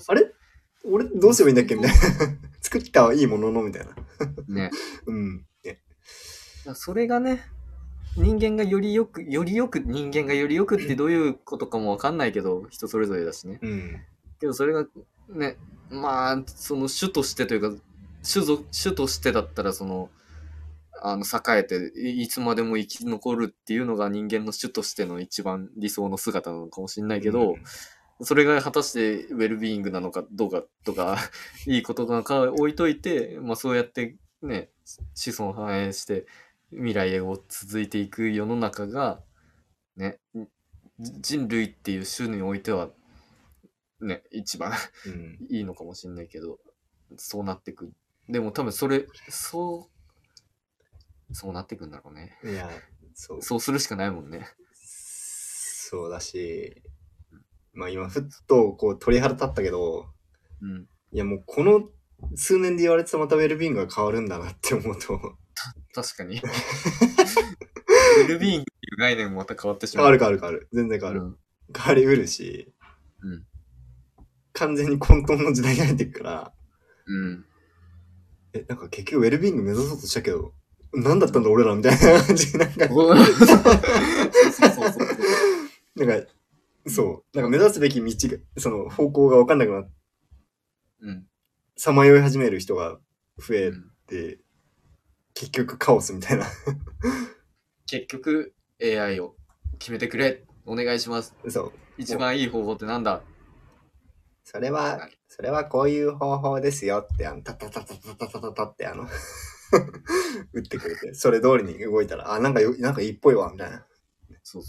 あれ俺どうすればいいんだっけみたいな。作ったはいいものの、みたいな。 ね。ね。それがね、人間がよりよくってどういうことかもわかんないけど、人それぞれだしね。けどそれがね、まあ、その種としてというか、種としてだったら、その、栄えて、いつまでも生き残るっていうのが人間の種としての一番理想の姿なのかもしれないけど、それが果たしてウェルビーイングなのかどうかとか、いいことなのか置いといて、まあそうやってね、子孫繁栄して未来へ続いていく世の中が、ね、人類っていう種においては、ね、一番いいのかもしれないけど、そうなってく。でも多分そうなってくんだろうね。 いや、 そうするしかないもんね。 そうだし、まあ今ふっとこう鳥肌立ったけど、いやもうこの数年で言われてたまたウェルビーイングが変わるんだなって思うと。 確かに。ウェルビーイングっていう概念もまた変わってしまう。 変わる。全然変わる。変わりうるし、完全に混沌の時代に入っていくから、なんか結局ウェルビーイング目指そうとしたけど、何だったんだ俺らみたいな感じで、なんかなんか目指すべき道が、その方向が分かんなくなって、さまよい始める人が増えて、結局カオスみたいな。 結局 AI を決めてくれ、お願いします。 そう。 一番いい方法ってなんだ？ それはこういう方法ですよって、タタタって打ってくれて、それ通りに動いたら、なんかいいっぽいわ、みたいな。 そう。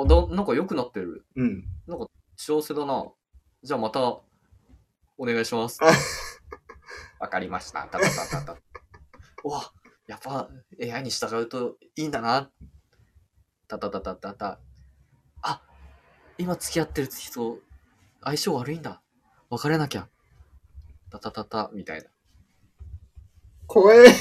なんか良くなってる。なんか幸せだな。じゃあまた、お願いします。わかりました。わ、やっぱ AI に従うといいんだな。あ、今付き合ってる人、相性悪いんだ。別れなきゃ。みたいな。 怖い。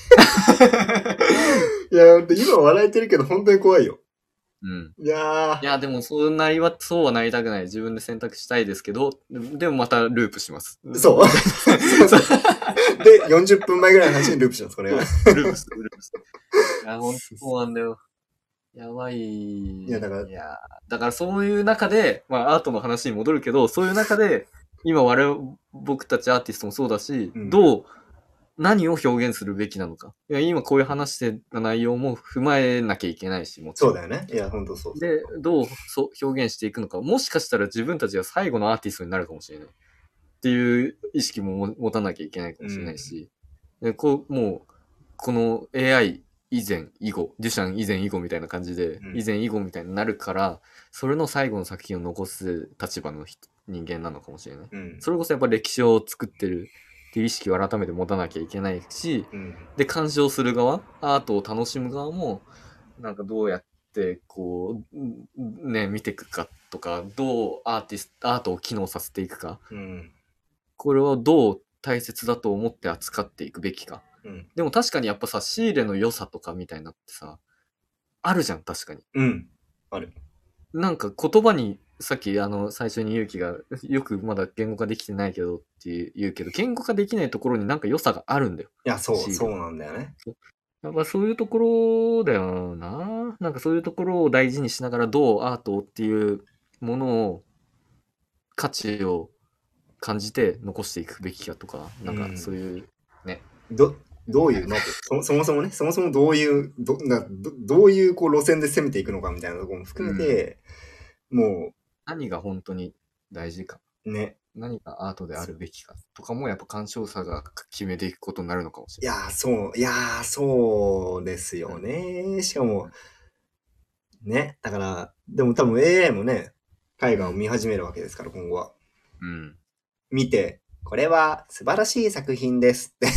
いや、今笑えてるけど本当に怖いよ。いやでもそうはなりたくない。自分で選択したいですけど、でもまたループします。 そう。で、40分前ぐらいの話にループします、これが。 ループする。いや、ほんとそうなんだよ。やばい。いや、だからそういう中で、まあアートの話に戻るけど、そういう中で、今僕たちアーティストもそうだし、何を表現するべきなのか。いや、今こういう話してた内容も踏まえなきゃいけないし、もちろん。そうだよね。いや、ほんとそう。 で、どう表現していくのか。もしかしたら自分たちが最後のアーティストになるかもしれない。っていう意識も持たなきゃいけないかもしれないし。でもう、この AI 以前、以後、デュシャン以前、以後みたいな感じで、以前、以後みたいになるから、それの最後の作品を残す立場の人間なのかもしれない。それこそやっぱ歴史を作ってるっていう意識を改めて持たなきゃいけないし、で、鑑賞する側、アートを楽しむ側も、なんかどうやってこう、ね、見ていくかとか、どうアートを機能させていくか、これをどう大切だと思って扱っていくべきか。でも確かにやっぱさ、仕入れの良さとかみたいなってさ、あるじゃん、確かに。 ある。 なんか言葉にさっき最初に勇気が、よくまだ言語化できてないけどって言うけど、言語化できないところになんか良さがあるんだよ。 いや、そうなんだよね。 やっぱそういうところだよな。なんかそういうところを大事にしながらどうアートっていうものを、価値を感じて残していくべきかとか、なんかそういうね。 どういう、まず、そもそもどういう、どういうこう路線で攻めていくのかみたいなところも含めて、もう。 何が本当に大事か。 ね。 何がアートであるべきかとかもやっぱ鑑賞者が決めていくことになるのかもしれない。 いや、そうですよね。しかも、ね、だから、でも多分 AI もね、絵画を見始めるわけですから、今後は。うん。見て、これは素晴らしい作品ですって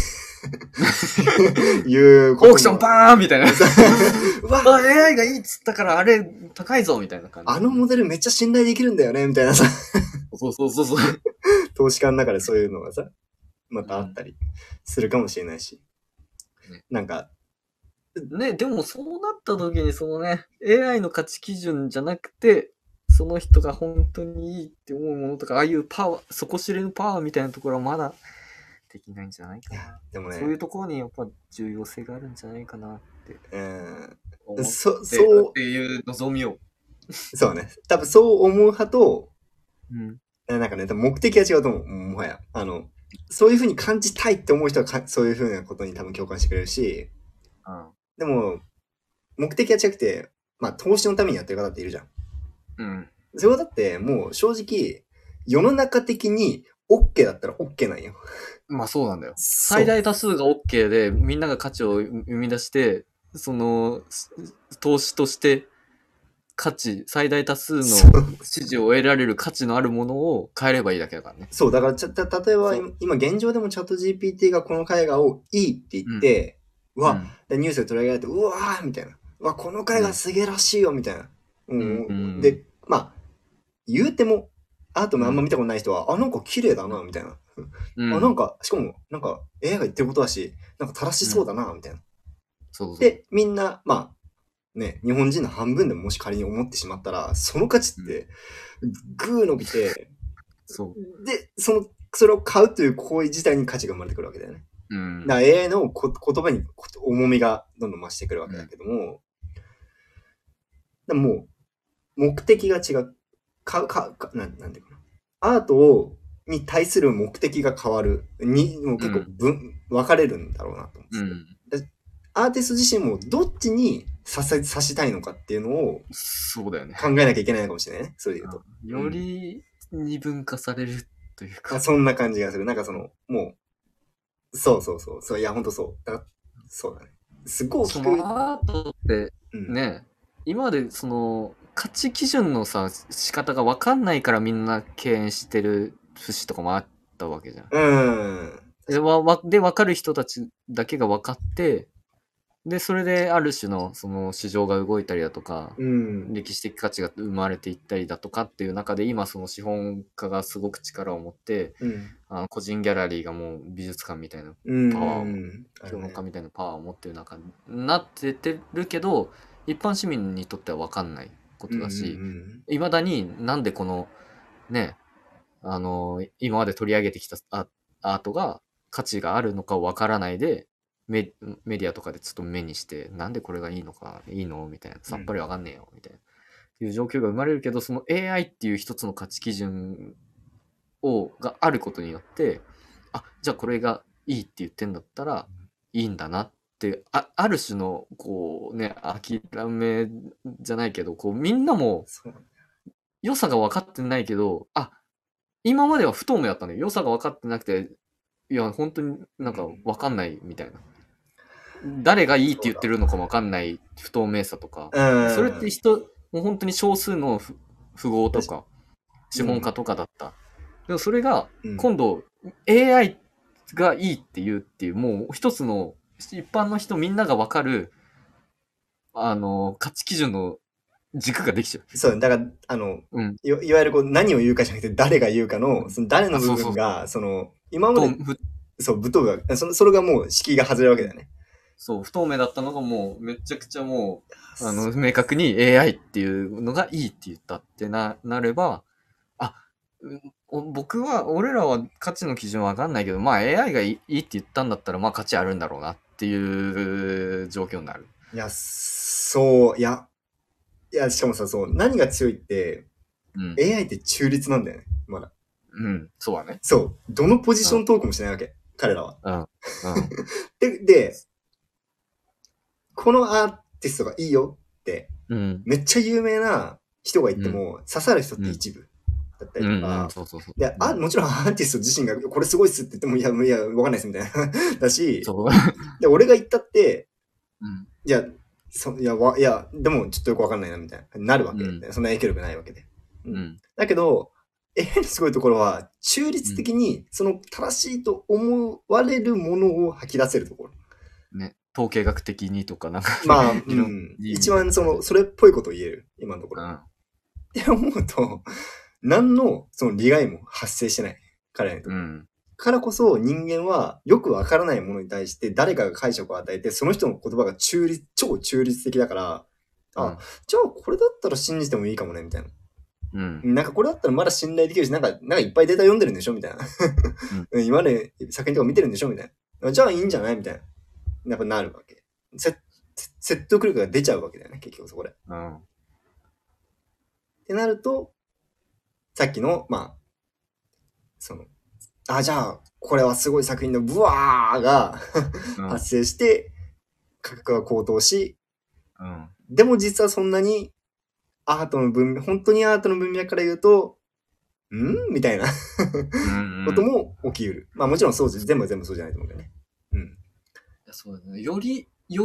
いうこと。オークションパーンみたいな。うわ、AI がいいっつったからあれ高いぞみたいな感じ。 あのモデルめっちゃ信頼できるんだよねみたいなさ。 そう。 投資家の中でそういうのがさ、またあったりするかもしれないし。なんか。 ね、でもそうなった時にそのね、AI の価値基準じゃなくて、その人が本当にいいって思うものとか、ああいうパワー、底知れぬパワーみたいなところはまだできないんじゃないかな。 でもね、 そういうところにやっぱ重要性があるんじゃないかなって。 そうっていう望みを。 そうね。多分そう思う派と、なんかね、目的は違うと思う。もはや。そういう風に感じたいって思う人はそういう風なことに多分共感してくれるし、でも、目的は違くて、まあ、投資のためにやってる方っているじゃん。それはだって、もう正直、世の中的に OK だったら OK なんよ。 まあそうなんだよ。最大多数が OK で、みんなが価値を生み出して、その、投資として価値、最大多数の支持を得られる価値のあるものを変えればいいだけだからね。 そう、だから例えば今現状でもチャット GPT がこの絵画をいいって言って、ニュースで取り上げられて、うわーみたいな。うわ、この絵画すげえらしいよみたいな。で、まあ、言うても、アートもあんま見たことない人は、なんか綺麗だな、みたいな。なんか、しかも、なんか AI が言ってることだし、なんか正しそうだな、みたいな。で、みんな、まあ、ね、日本人の半分でももし仮に思ってしまったら、その価値って、ぐー伸びて、で、それを買うという行為自体に価値が生まれてくるわけだよね。だから AI の言葉に重みがどんどん増してくるわけだけども、でももう、目的が違う。なんていうかな。アートに対する目的が変わる。もう結構分かれるんだろうなと思って。アーティスト自身もどっちに刺したいのかっていうのをそうだよね。 考えなきゃいけないのかもしれないね。それで言うと。 より二分化されるというか。 そんな感じがする。なんかもう、そう。いや、ほんとそう。そうだね。すごい大きく。 アートってね、今までその価値基準のさ、仕方が分かんないからみんな敬遠してる節とかもあったわけじゃん。で、分かる人たちだけが分かって、で、それである種のその市場が動いたりだとか、歴史的価値が生まれていったりだとかっていう中で、今その資本家がすごく力を持って、個人ギャラリーがもう美術館みたいなパワーを、評論家みたいなパワーを持ってる中になってるけど、一般市民にとっては分かんないことだし、いまだになんでこのね、今まで取り上げてきたアートが価値があるのか分からないで、メディアとかでちょっと目にして、なんでこれがいいのみたいな、さっぱりわかんねえよ、みたいな、いう状況が生まれるけど、その AI っていう一つの価値基準があることによって、じゃあこれがいいって言ってんだったら、いいんだなって、ある種の、こうね、諦めじゃないけど、こう、みんなも、良さが分かってないけど、今までは不透明だったのよ。良さが分かってなくて、いや、本当になんか分かんないみたいな。誰がいいって言ってるのかも分かんない不透明さとか、それってもう本当に少数の富豪とか、資本家とかだった。でもそれが、今度、AI がいいって言うっていう、もう一つの一般の人みんなが分かる、価値基準の軸ができちゃう。 そう、だから、いわゆる何を言うかじゃなくて、誰が言うかの、その誰の部分が、今まで、ぶっ飛ぶそれがもう敷居が外れるわけだよね。 そう、不透明だったのがもうめちゃくちゃもう、明確に AI っていうのがいいって言ったってなれば、俺らは価値の基準わかんないけど、まあ AI がいいって言ったんだったら、まあ価値あるんだろうなっていう状況になる。 いや、そう、いや、しかもさ、そう、何が強いって、AI って中立なんだよね、まだ。 そうだね。 そう、どのポジショントークもしないわけ、彼らは。で、このアーティストがいいよって、めっちゃ有名な人が言っても、刺さる人って一部。だったりとか、で、もちろんアーティスト自身がこれすごいっすって言っても、いや、わかんないっすみたいな。だし、で、俺が言ったって、いや、でもちょっとよくわかんないなみたいな、なるわけで、そんな影響力ないわけで。だけど、AI のすごいところは、中立的にその正しいと思われるものを吐き出せるところ。 ね。統計学的にとかなんか、 まあ、一番それっぽいことを言える、今のところ。って思うと、何のその利害も発生してない。彼らにとって。からこそ人間はよくわからないものに対して誰かが解釈を与えて、その人の言葉が超中立的だから、じゃあこれだったら信じてもいいかもね、みたいな。なんかこれだったらまだ信頼できるし、なんかいっぱいデータ読んでるんでしょみたいな。今まで作品とか見てるんでしょみたいな。じゃあいいんじゃないみたいな。やっぱなるわけ。説得力が出ちゃうわけだよね、結局そこで。ってなると、さっきの、まあ、じゃあ、これはすごい作品のブワーが発生して、価格が高騰し、でも実はそんなに本当にアートの分野から言うと、みたいなことも起きうる。まあもちろんそう全部そうじゃないと思うんだよね。 そうだね。より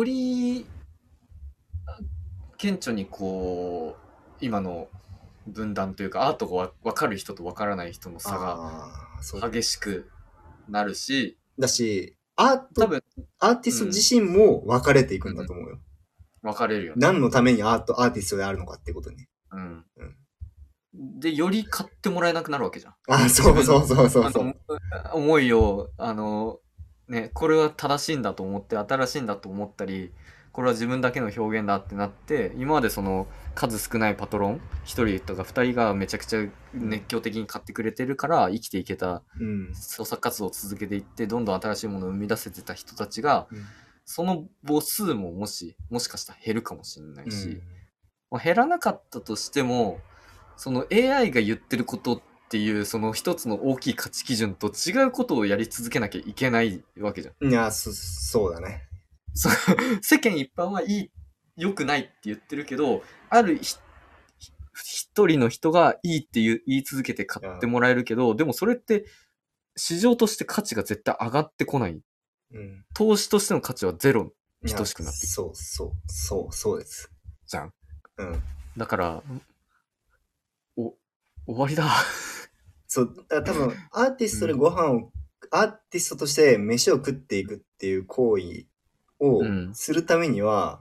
顕著にこう今の分断というかアートが分かる人と分からない人の差が激しくなるし、 だしアーティスト自身も分かれていくんだと思うよ。 分かれるよね。 何のためにアーティストであるのかっていうことに。 で、より買ってもらえなくなるわけじゃん。 そう。 思いを、ね、これは正しいんだと思って、新しいんだと思ったり、これは自分だけの表現だってなって、今までその数少ないパトロン、1人とか2人がめちゃくちゃ熱狂的に買ってくれてるから生きていけた、創作活動を続けていって、どんどん新しいものを生み出せてた人たちが、その母数ももしかしたら減るかもしれないし、減らなかったとしても、その AI が言ってることっていうその一つの大きい価値基準と違うことをやり続けなきゃいけないわけじゃん。 いや、そうだね。 世間一般良くないって言ってるけど、ある一人の人がいいって言い続けて買ってもらえるけど、でもそれって市場として価値が絶対上がってこない。投資としての価値はゼロに等しくなっていく。 そうです。 じゃん。だから、終わりだ。 そう、多分、アーティストでアーティストとして飯を食っていくっていう行為をするためには、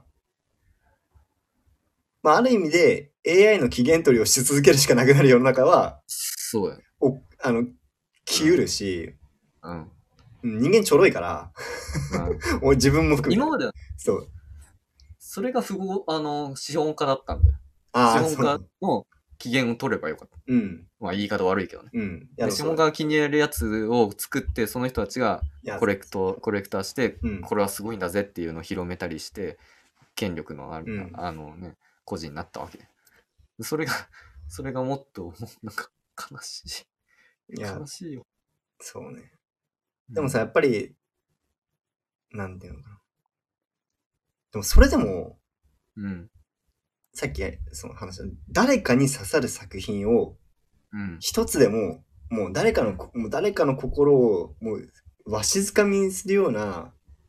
まあ、ある意味で AI の期限取りをし続けるしかなくなる世の中は、 そうや。 来うるし、人間ちょろいから、自分も含めて。 今までは、 そう。 それが資本家だったんだよ。資本家の期限を取ればよかった。まあ言い方悪いけどね。資本家が気に入れるやつを作って、その人たちがコレクターして、これはすごいんだぜっていうのを広めたりして、権力のある、個人になったわけで。それがもっと、なんか悲しい。悲しいよ。 そうね。でもさ、やっぱり、なんていうのかな。でもそれでも、さっきその話は、誰かに刺さる作品を、一つでも、もう誰かの心をもうわしづかみにするような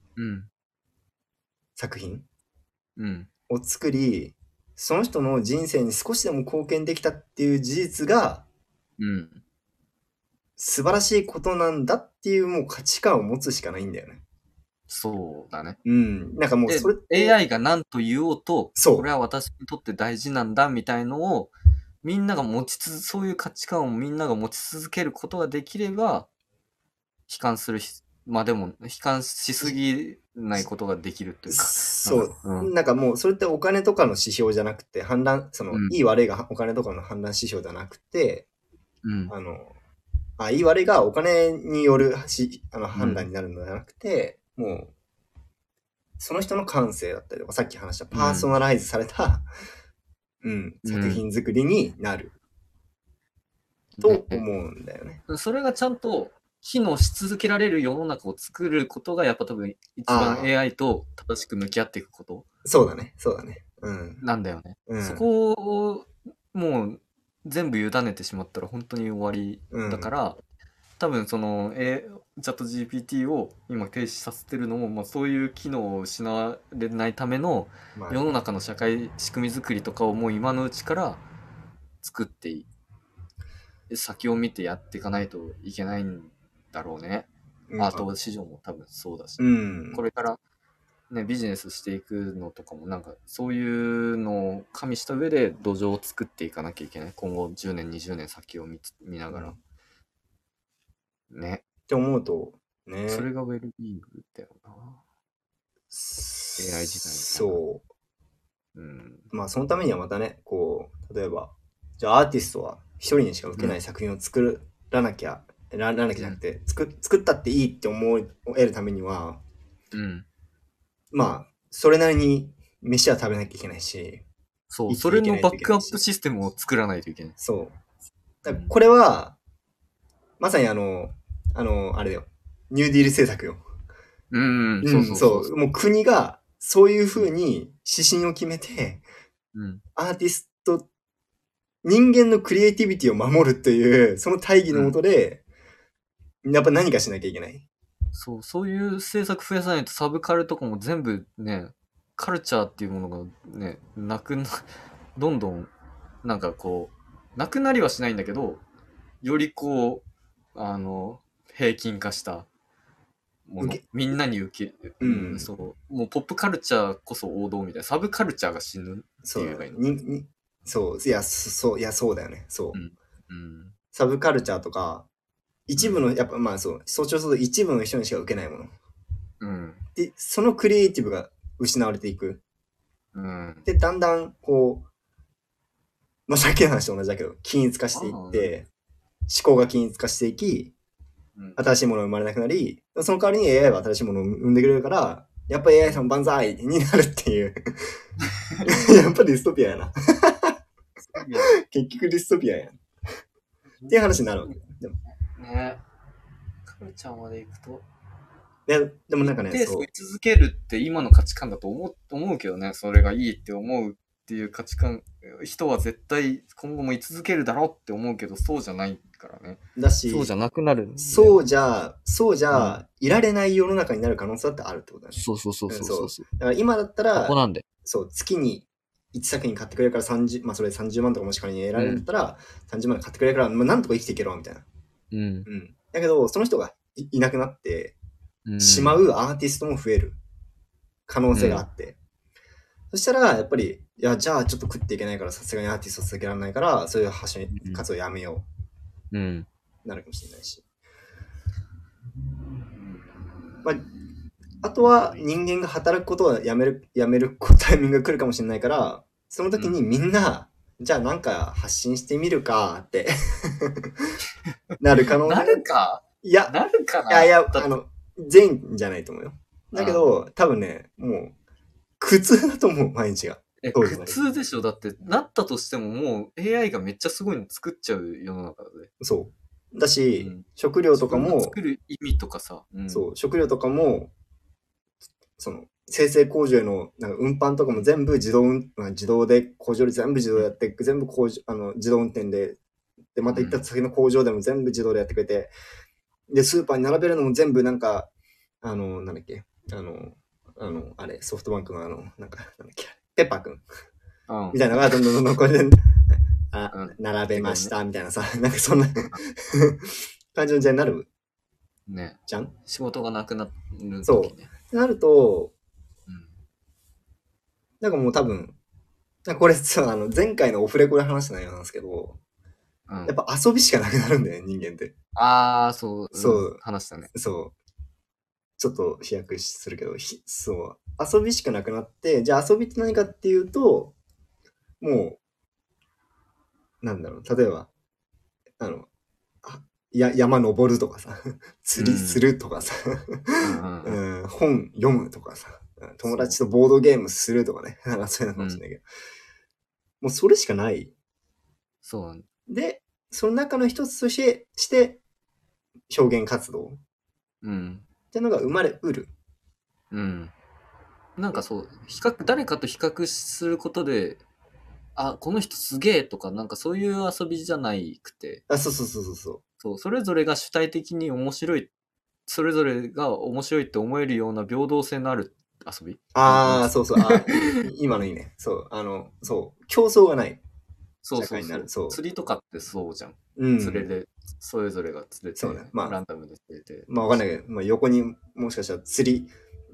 作品を作り、その人の人生に少しでも貢献できたっていう事実が、素晴らしいことなんだっていうもう価値観を持つしかないんだよね。 そうだね。 なんかもうそれ AI が何と言おうと、これは私にとって大事なんだみたいのを、みんながそういう価値観をみんなが持ち続けることができれば、悲観するまあでも悲観しすぎないことができるというか。 そう、なんかもうそれってお金とかの指標じゃなくて、判断、いい悪いがお金とかの判断指標じゃなくて、いい悪いがお金による判断になるのではなくて、もう、その人の感性だったりとか、さっき話したパーソナライズされた、作品作りになる。と思うんだよね。 それがちゃんと機能し続けられる世の中を作ることがやっぱ多分一番 AI と正しく向き合っていくこと。 そうだね。 なんだよね。そこをもう全部委ねてしまったら本当に終わりだから、多分その、チャット GPT を今停止させてるのも、そういう機能を失われないための世の中の社会仕組み作りとかをもう今のうちから作っていい。先を見てやっていかないといけないんだろうね。アート市場も多分そうだし、これからね、ビジネスしていくのとかもなんかそういうのを加味した上で土壌を作っていかなきゃいけない。今後10年、20年先を見ながら。ね。 って思うと、ね。 それがウェルビーイングだよな。AI 時代。 そう。まあそのためにはまたね、こう、例えば、じゃあアーティストは一人にしか受けない作品を作らなきゃ、じゃなくて、作ったっていいって思えるためには、まあ、それなりに飯は食べなきゃいけないし、 そう、それのバックアップシステムを作らないといけない。 そう。だこれは、まさにあれだよ。ニューディール政策よ。そう。もう国が、そういう風に指針を決めて、アーティスト、人間のクリエイティビティを守るという、その大義のもとで、やっぱ何かしなきゃいけない。 そういう政策増やさないとサブカルとかも全部ね、カルチャーっていうものがね、どんどん、なんかこう、なくなりはしないんだけど、よりこう、平均化したもの。みんなに受ける。そう。もうポップカルチャーこそ王道みたいな。サブカルチャーが死ぬって言えばいいの。 そう。そうだよね。そう。サブカルチャーとか、一部の、やっぱまあそう、象徴すると一部の人にしか受けないもの。で、そのクリエイティブが失われていく。で、だんだん、こう、まあさっきの話と同じだけど、均一化していって、思考が均一化していき、新しいものが生まれなくなり、その代わりに AI は新しいものを生んでくれるから、やっぱ AI さん万歳になるっていう。やっぱディストピアやな。結局ディストピアやん。っていう話になるわけ。でもね、カルチャーまで行くと。 でもなんかね、 そう。居続けるって今の価値観だと思うけどね、それがいいって思うっていう価値観、人は絶対今後も居続けるだろうって思うけど、そうじゃないからね。 だし、 そうじゃなくなる。 そうじゃ、いられない世の中になる可能性だってあるってことだね。 そう。 だから今だったら、 ここなんで。 そう、月に1作品買ってくれるからまあそれ30万とかもし仮に得られるんだったら、30万で買ってくれるから、まあなんとか生きていけろ、みたいな。だけど、その人がいなくなって、しまうアーティストも増える可能性があって。そしたら、やっぱり、じゃあちょっと食っていけないから、さすがにアーティスト続けられないから、そういう発信活動やめよう。なるかもしれないし。まあ、あとは人間が働くことはやめるタイミングが来るかもしれないから、その時にみんな、じゃあなんか発信してみるかってなる可能性。 なるかいや、 なるかな。 いや、全員じゃないと思うよ。だけど、多分ね、もう、苦痛だと思う、毎日が。 苦痛でしょ。だって、なったとしてももう AI がめっちゃすごいの作っちゃう世の中で。 そう。だし、食料とかも、 作る意味とかさ。 そう、食料とかも、生成工場へのなんか運搬とかも全部自動で工場で全部自動でやって、全部自動運転で、また行った先の工場でも全部自動でやってくれて、で、スーパーに並べるのも全部なんか、なんだっけ、あれ、ソフトバンクのなんだっけ、ペッパーくん。みたいなのがどんどんこれで、並べました、みたいなさ、なんかそんな感じの時代になる。 ね。 じゃん？ 仕事がなくなる時ね。 そう。ってなると、なんかもう多分、これさ、前回のオフレコで話した内容なんですけど、やっぱ遊びしかなくなるんだよね、人間って。 そう。話したね。 そう。 ちょっと飛躍するけど、そう、遊びしかなくなって、じゃあ遊びって何かっていうと、もう、なんだろう、例えば、山登るとかさ、釣りするとかさ、本読むとかさ、友達とボードゲームするとかね、なんかそういうのかもしれないけど、もうそれしかない。 そう。 で、その中の一つとして表現活動っていうのが生まれうる。 なんかそう、誰かと比較することで、あ、この人すげえとか、なんかそういう遊びじゃないくて。 そう。 そう、それぞれが主体的に面白い、それぞれが面白いって思えるような平等性のある遊び。 そう。今のいいね。そう、そう、競争がない。 そう。釣りとかってそうじゃん。釣れで、それぞれが釣れて、 そうね。 ランダムで釣れて。 わかんないけど、横にもしかしたら釣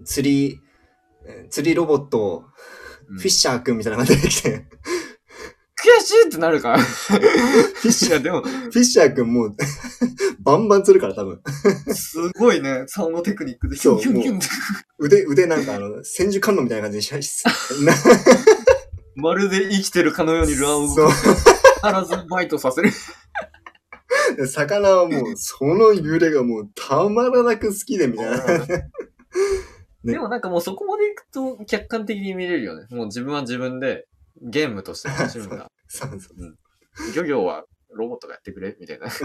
りロボット、フィッシャーくんみたいなのが出てきて、 悔しいってなるから。フィッシャーでも。 フィッシャーくんもう、バンバン釣るから多分。 すごいね、竿のテクニックでヒュンヒュンヒュンって。 腕なんか千手観音みたいな感じにしないし。 まるで生きてるかのようにルアーを動かして、必ずバイトさせる。 魚はもう、その揺れがもうたまらなく好きでみたいな。 でもなんかもうそこまでいくと客観的に見れるよね。もう自分は自分でゲームとして楽しむんだ。 そう。 漁業はロボットがやってくれみたいな。 そう。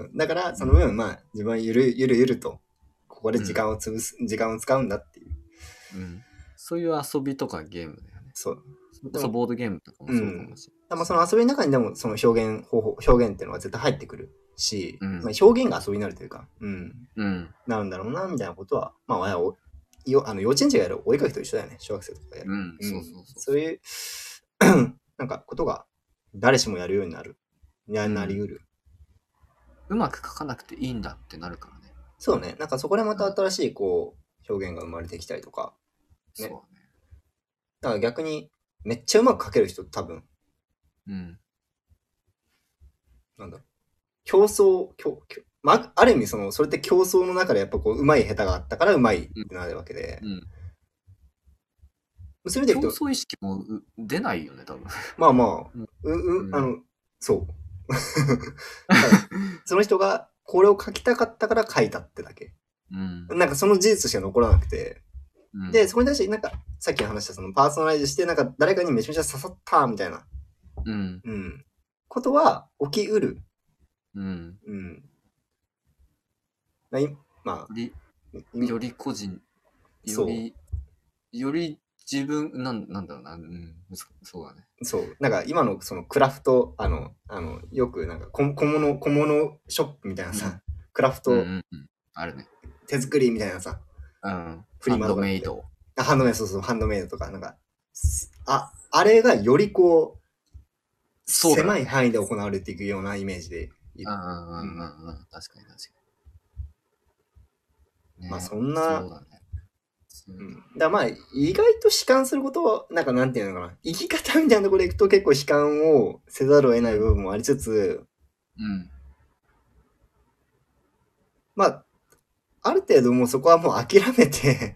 だから、その分、自分はゆると、ここで時間を使うんだっていう。 そういう遊びとかゲームだよね。 そう。 ボードゲームとかもそうかもしれない。 その遊びの中にでもその表現っていうのは絶対入ってくるし、表現が遊びになるというか、なるんだろうな、みたいなことは、幼稚園児がやるお絵描きと一緒だよね。小学生とかやる。そういう、なんかことが誰しもやるようになる。なりうる。 うまく描かなくていいんだってなるからね。 そうね。なんかそこでまた新しいこう、表現が生まれてきたりとか。 ね。そうね。 だから逆に、めっちゃうまく描ける人多分。なんだろう。競争、ある意味それって競争の中でやっぱこう、うまい下手があったからうまいってなるわけで。 それで競争意識も出ないよね、多分。 そう。その人がこれを書きたかったから書いたってだけ。なんかその事実しか残らなくて。で、そこに対して、なんか、さっき話したそのパーソナライズして、なんか誰かにめちゃめちゃ刺さったみたいな。ことは起きうる。 より個人、より自分、なんだろうな、そうだね。 そう。なんか今のそのクラフト、よくなんか小物ショップみたいなさ、クラフト、 あるね。 手作りみたいなさ、 ハンドメイド。 ハンドメイド、そう、ハンドメイドとか、なんか、あれがよりこう、狭い範囲で行われていくようなイメージでいる。 確かに。そんな、そうだね。だ意外と悲観することは、なんていうのかな、生き方みたいなところでいくと結構悲観をせざるを得ない部分もありつつ、ある程度もうそこはもう諦めて、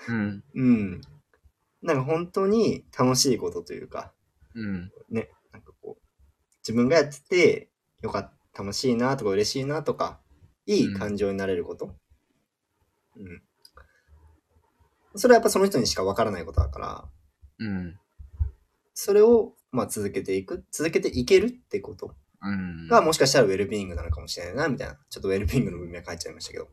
なんか本当に楽しいことというか、ね、なんかこう、自分がやってて、楽しいなとか嬉しいなとか、いい感情になれること。それはやっぱその人にしかわからないことだから、それを続けていけるってことがもしかしたらウェルビーイングなのかもしれないな、みたいな。ちょっとウェルビーイングの文脈書いちゃいましたけど。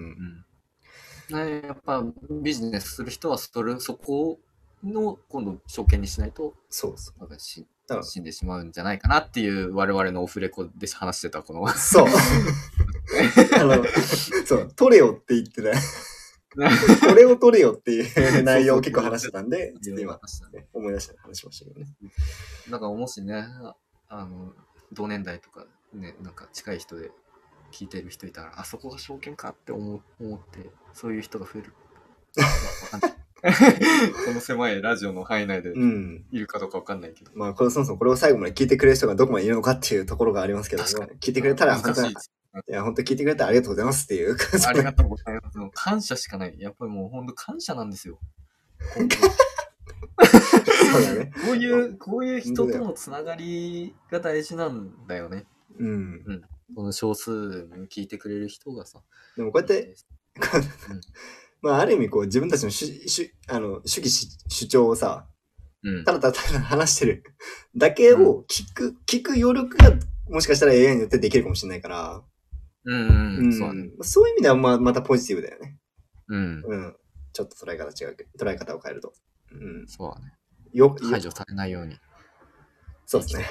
やっぱビジネスする人はそこの今度証券にしないと、死んでしまうんじゃないかなっていう我々のオフレコで話してたこの。 そう。そう、取れよって言ってね。これを取れよっていう内容を結構話してたんで、ちょっと今、思い出して話しましたけどね。 なんかもしね、同年代とかね、なんか近い人で聞いてる人いたら、あそこが証券かって思って、そういう人が増える。この狭いラジオの範囲内でいるかどうかわかんないけど。 そもそもこれを最後まで聞いてくれる人がどこまでいるのかっていうところがありますけど、聞いてくれたら、 いや、本当聞いてくれてありがとうございますっていう。 ありがとうございます。感謝しかない。やっぱりもう本当感謝なんですよ。そうだね。こういう人とのつながりが大事なんだよね。うん。この少数聞いてくれる人がさ。 でもこうやって、まあある意味こう自分たちの主義主張をさ、ただ話してるだけを聞く余力がもしかしたら AI によってできるかもしれないから、そういう意味ではまたポジティブだよね。ちょっと捉え方を変えると。 そうだね。排除されないように。 そうですね。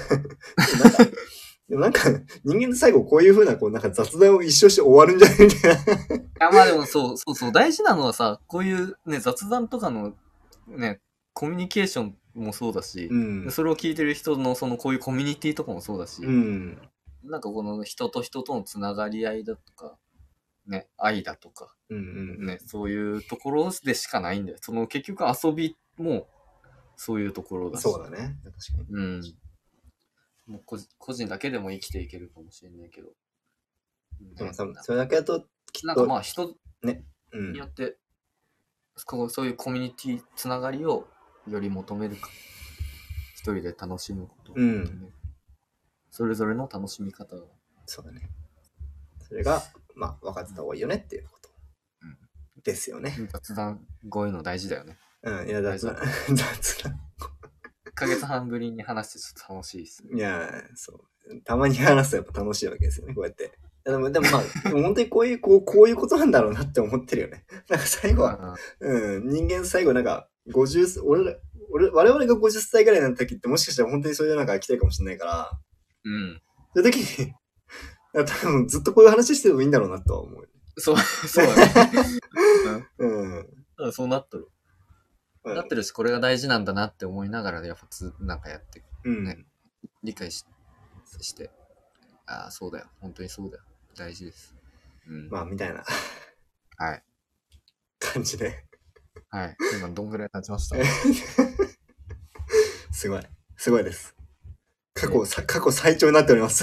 でもなんか、人間って最後こういう風な、なんか雑談を一生して終わるんじゃないみたいな。 まあでもそう、大事なのはさ、こういうね、雑談とかのね、コミュニケーションもそうだし、それを聞いてる人のこういうコミュニティとかもそうだし、なんかこの人と人とのつながり合いだとか、ね、愛だとか、ね、そういうところでしかないんだよ。結局遊びもそういうところだし。 そうだね。確かに。もう個人だけでも生きていけるかもしれないけど。 でもそれだけだときっと。なんかまあ人によって、そういうコミュニティつながりをより求めるか。一人で楽しむことを求める。それぞれの楽しみ方が。 そうだね。それが、まあ、分かってた方がいいよねっていうこと。ですよね。 雑談、こういうの大事だよね。 いや、雑談。 1ヶ月半ぶりに話してちょっと楽しいですね。 いや、そう。たまに話すとやっぱ楽しいわけですよね、こうやって。でもまあ、本当にこういうことなんだろうなって思ってるよね。なんか最後は、人間最後なんか、我々が50歳ぐらいになった時ってもしかしたら本当にそういうなんか来てるかもしれないから、そういう時に、多分ずっとこういう話してもいいんだろうなとは思う。 そうだね。そうなっとる。なってるし、これが大事なんだなって思いながら、やっぱなんかやっていく、ね。理解して、ああ、そうだよ。本当にそうだよ。大事です。 まあ、みたいな。 はい。 感じで。 はい。今、どんぐらい経ちましたすごいです。過去最長になっております。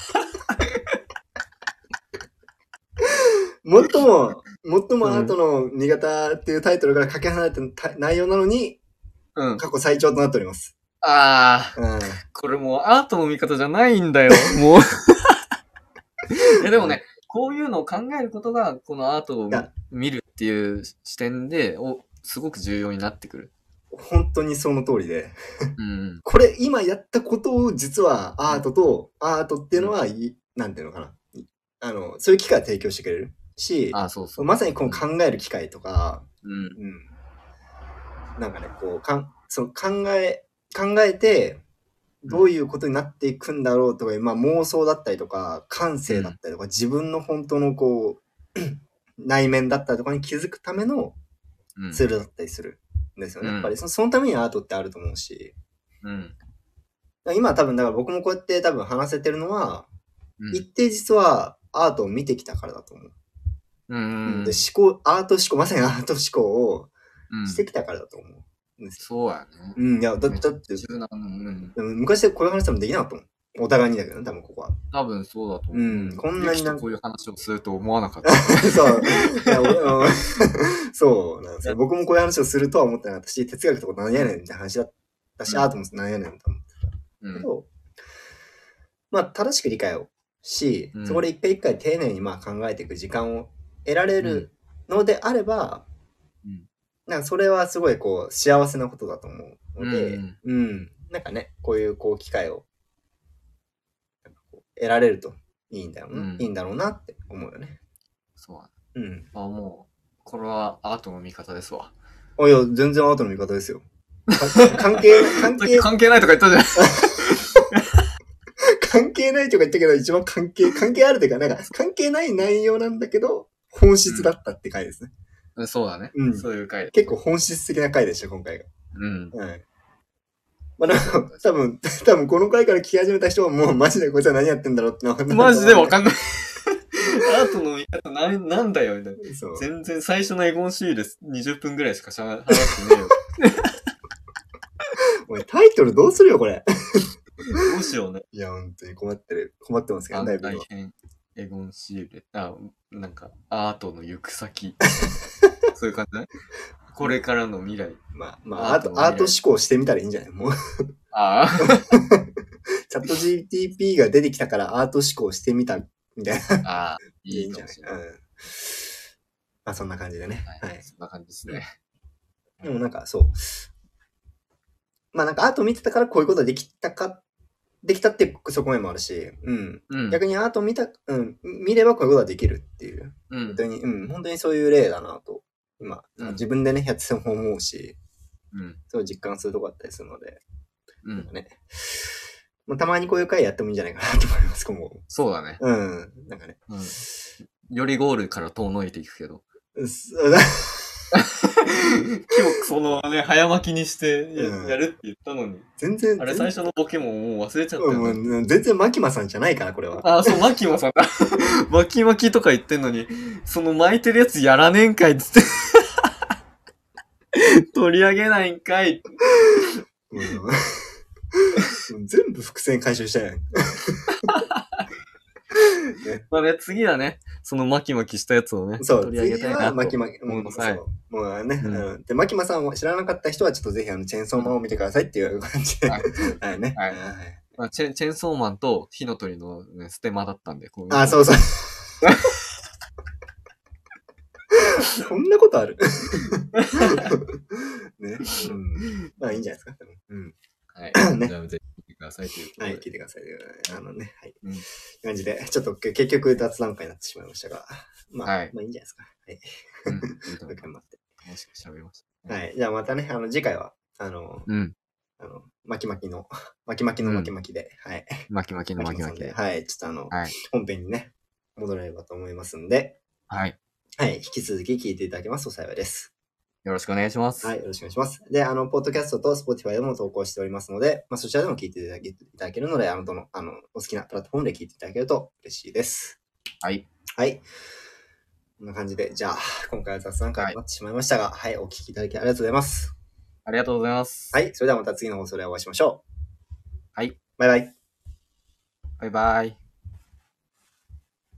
最もアートの新潟っていうタイトルからかけ離れた内容なのに、過去最長となっております。 これもうアートの見方じゃないんだよ、もう。でもね、こういうのを考えることが、このアートを見るっていう視点ですごく重要になってくる。 本当にその通りで。これ今やったことを実はアートっていうのは、なんていうのかな。そういう機会を提供してくれるし、まさにこの考える機会とか、なんかね、こう、考えて、どういうことになっていくんだろうとか、まあ妄想だったりとか、感性だったりとか、自分の本当のこう、内面だったりとかに気づくためのツールだったりするんですよね。やっぱりそのためにアートってあると思うし。今多分、だから僕もこうやって多分話せてるのは、一定実はアートを見てきたからだと思う。で、まさにアート思考をしてきたからだと思う。 そうやね。 いや、だって、昔でこういう話もできなかったもん。お互いにだけどね、多分ここは。 多分そうだと思う。 こんなにこういう話をすると思わなかった。 そう。そうなんですよ。僕もこういう話をするとは思ってなかったし、哲学とか何やねんって話だったし、アートも何やねんと思ってた。けど、まあ、正しく理解をし、そこで一回一回丁寧にまあ考えていく時間を得られるのであれば、なんかそれはすごいこう幸せなことだと思うので、なんかね、こういう機会を得られるといいんだろうなって思うよね。 そうだ。もう、これはアートの見方ですわ。 いや、全然アートの見方ですよ。関係ないとか言ったじゃん。 関係ないとか言ったけど、一番関係あるというか、なんか関係ない内容なんだけど、本質だったって回ですね。 そうだね。そういう回。 結構本質的な回でした、今回が。まあ、多分この回から聞き始めた人はもうマジでこいつは何やってんだろうってマジでわかんない。アートの見方なんだよみたいな。全然最初のエゴンシール20分ぐらいしか話してねえよ。 おい、タイトルどうするよ、これ。 どうしようね。 いや、本当に困ってますけど、 大変。 エゴン・シーレ、なんか、アートの行く先。そういう感じね。これからの未来。 まあ、アート思考してみたらいいんじゃないもう。 ああ。 チャット GTP が出てきたからアート思考してみた、みたいな。 ああ、いいんじゃない。 まあ、そんな感じでね。 はい。そんな感じですね。 でもなんか、そう。まあなんかアート見てたからこういうことできたって側面もあるし、逆にアート見ればこういうことができるっていう。本当にそういう例だなと。今、自分でね、やってても思うし、そう実感するとこだったりするので、なんかね。たまにこういう回やってもいいんじゃないかなと思います、今後。 そうだね。 なんかね。 よりゴールから遠のいていくけど。そのね、早巻きにしてやるって言ったのに。 全然。 あれ最初のボケももう忘れちゃったよね。 全然マキマさんじゃないから、これは。 そう、マキマさんだ。マキマキとか言ってんのに、その巻いてるやつやらねえんかいっつって。取り上げないんかい。 全部伏線回収したやん。 まあね、次はね、そのマキマキしたやつをね、 取り上げたいなと思います。もうね、で、マキマさんを知らなかった人はちょっとぜひチェーンソーマンを見てくださいっていう感じで。はいね。 まあ、チェーンソーマンと火の鳥のね、ステマだったんで。 そうそう。そんなことあるね。まあいいんじゃないですか。 はい。ね。じゃあぜひ聞いてくださいということで。はい、聞いてください。 はい。感じで、ちょっと結局雑談会になってしまいましたが、まあいいんじゃないですか。はい。いいと思います。 楽しく喋りました。 はい。じゃあまたね、次回は、巻き巻きの巻きで、はい。 巻き巻きの巻き巻きで。 はい。ちょっと本編にね、戻れればと思いますんで、 はい。 はい。引き続き聞いていただけますと幸いです。 よろしくお願いします。 はい。よろしくお願いします。で、ポッドキャストと Spotify でも投稿しておりますので、そちらでも聞いていただけるので、お好きなプラットフォームで聞いていただけると嬉しいです。 はい。 はい。こんな感じで、じゃあ、今回は雑談会となってしまいましたが、はい。お聞きいただきありがとうございます。 ありがとうございます。 はい。それではまた次の放送でお会いしましょう。 はい。 バイバイ。 バイバイ。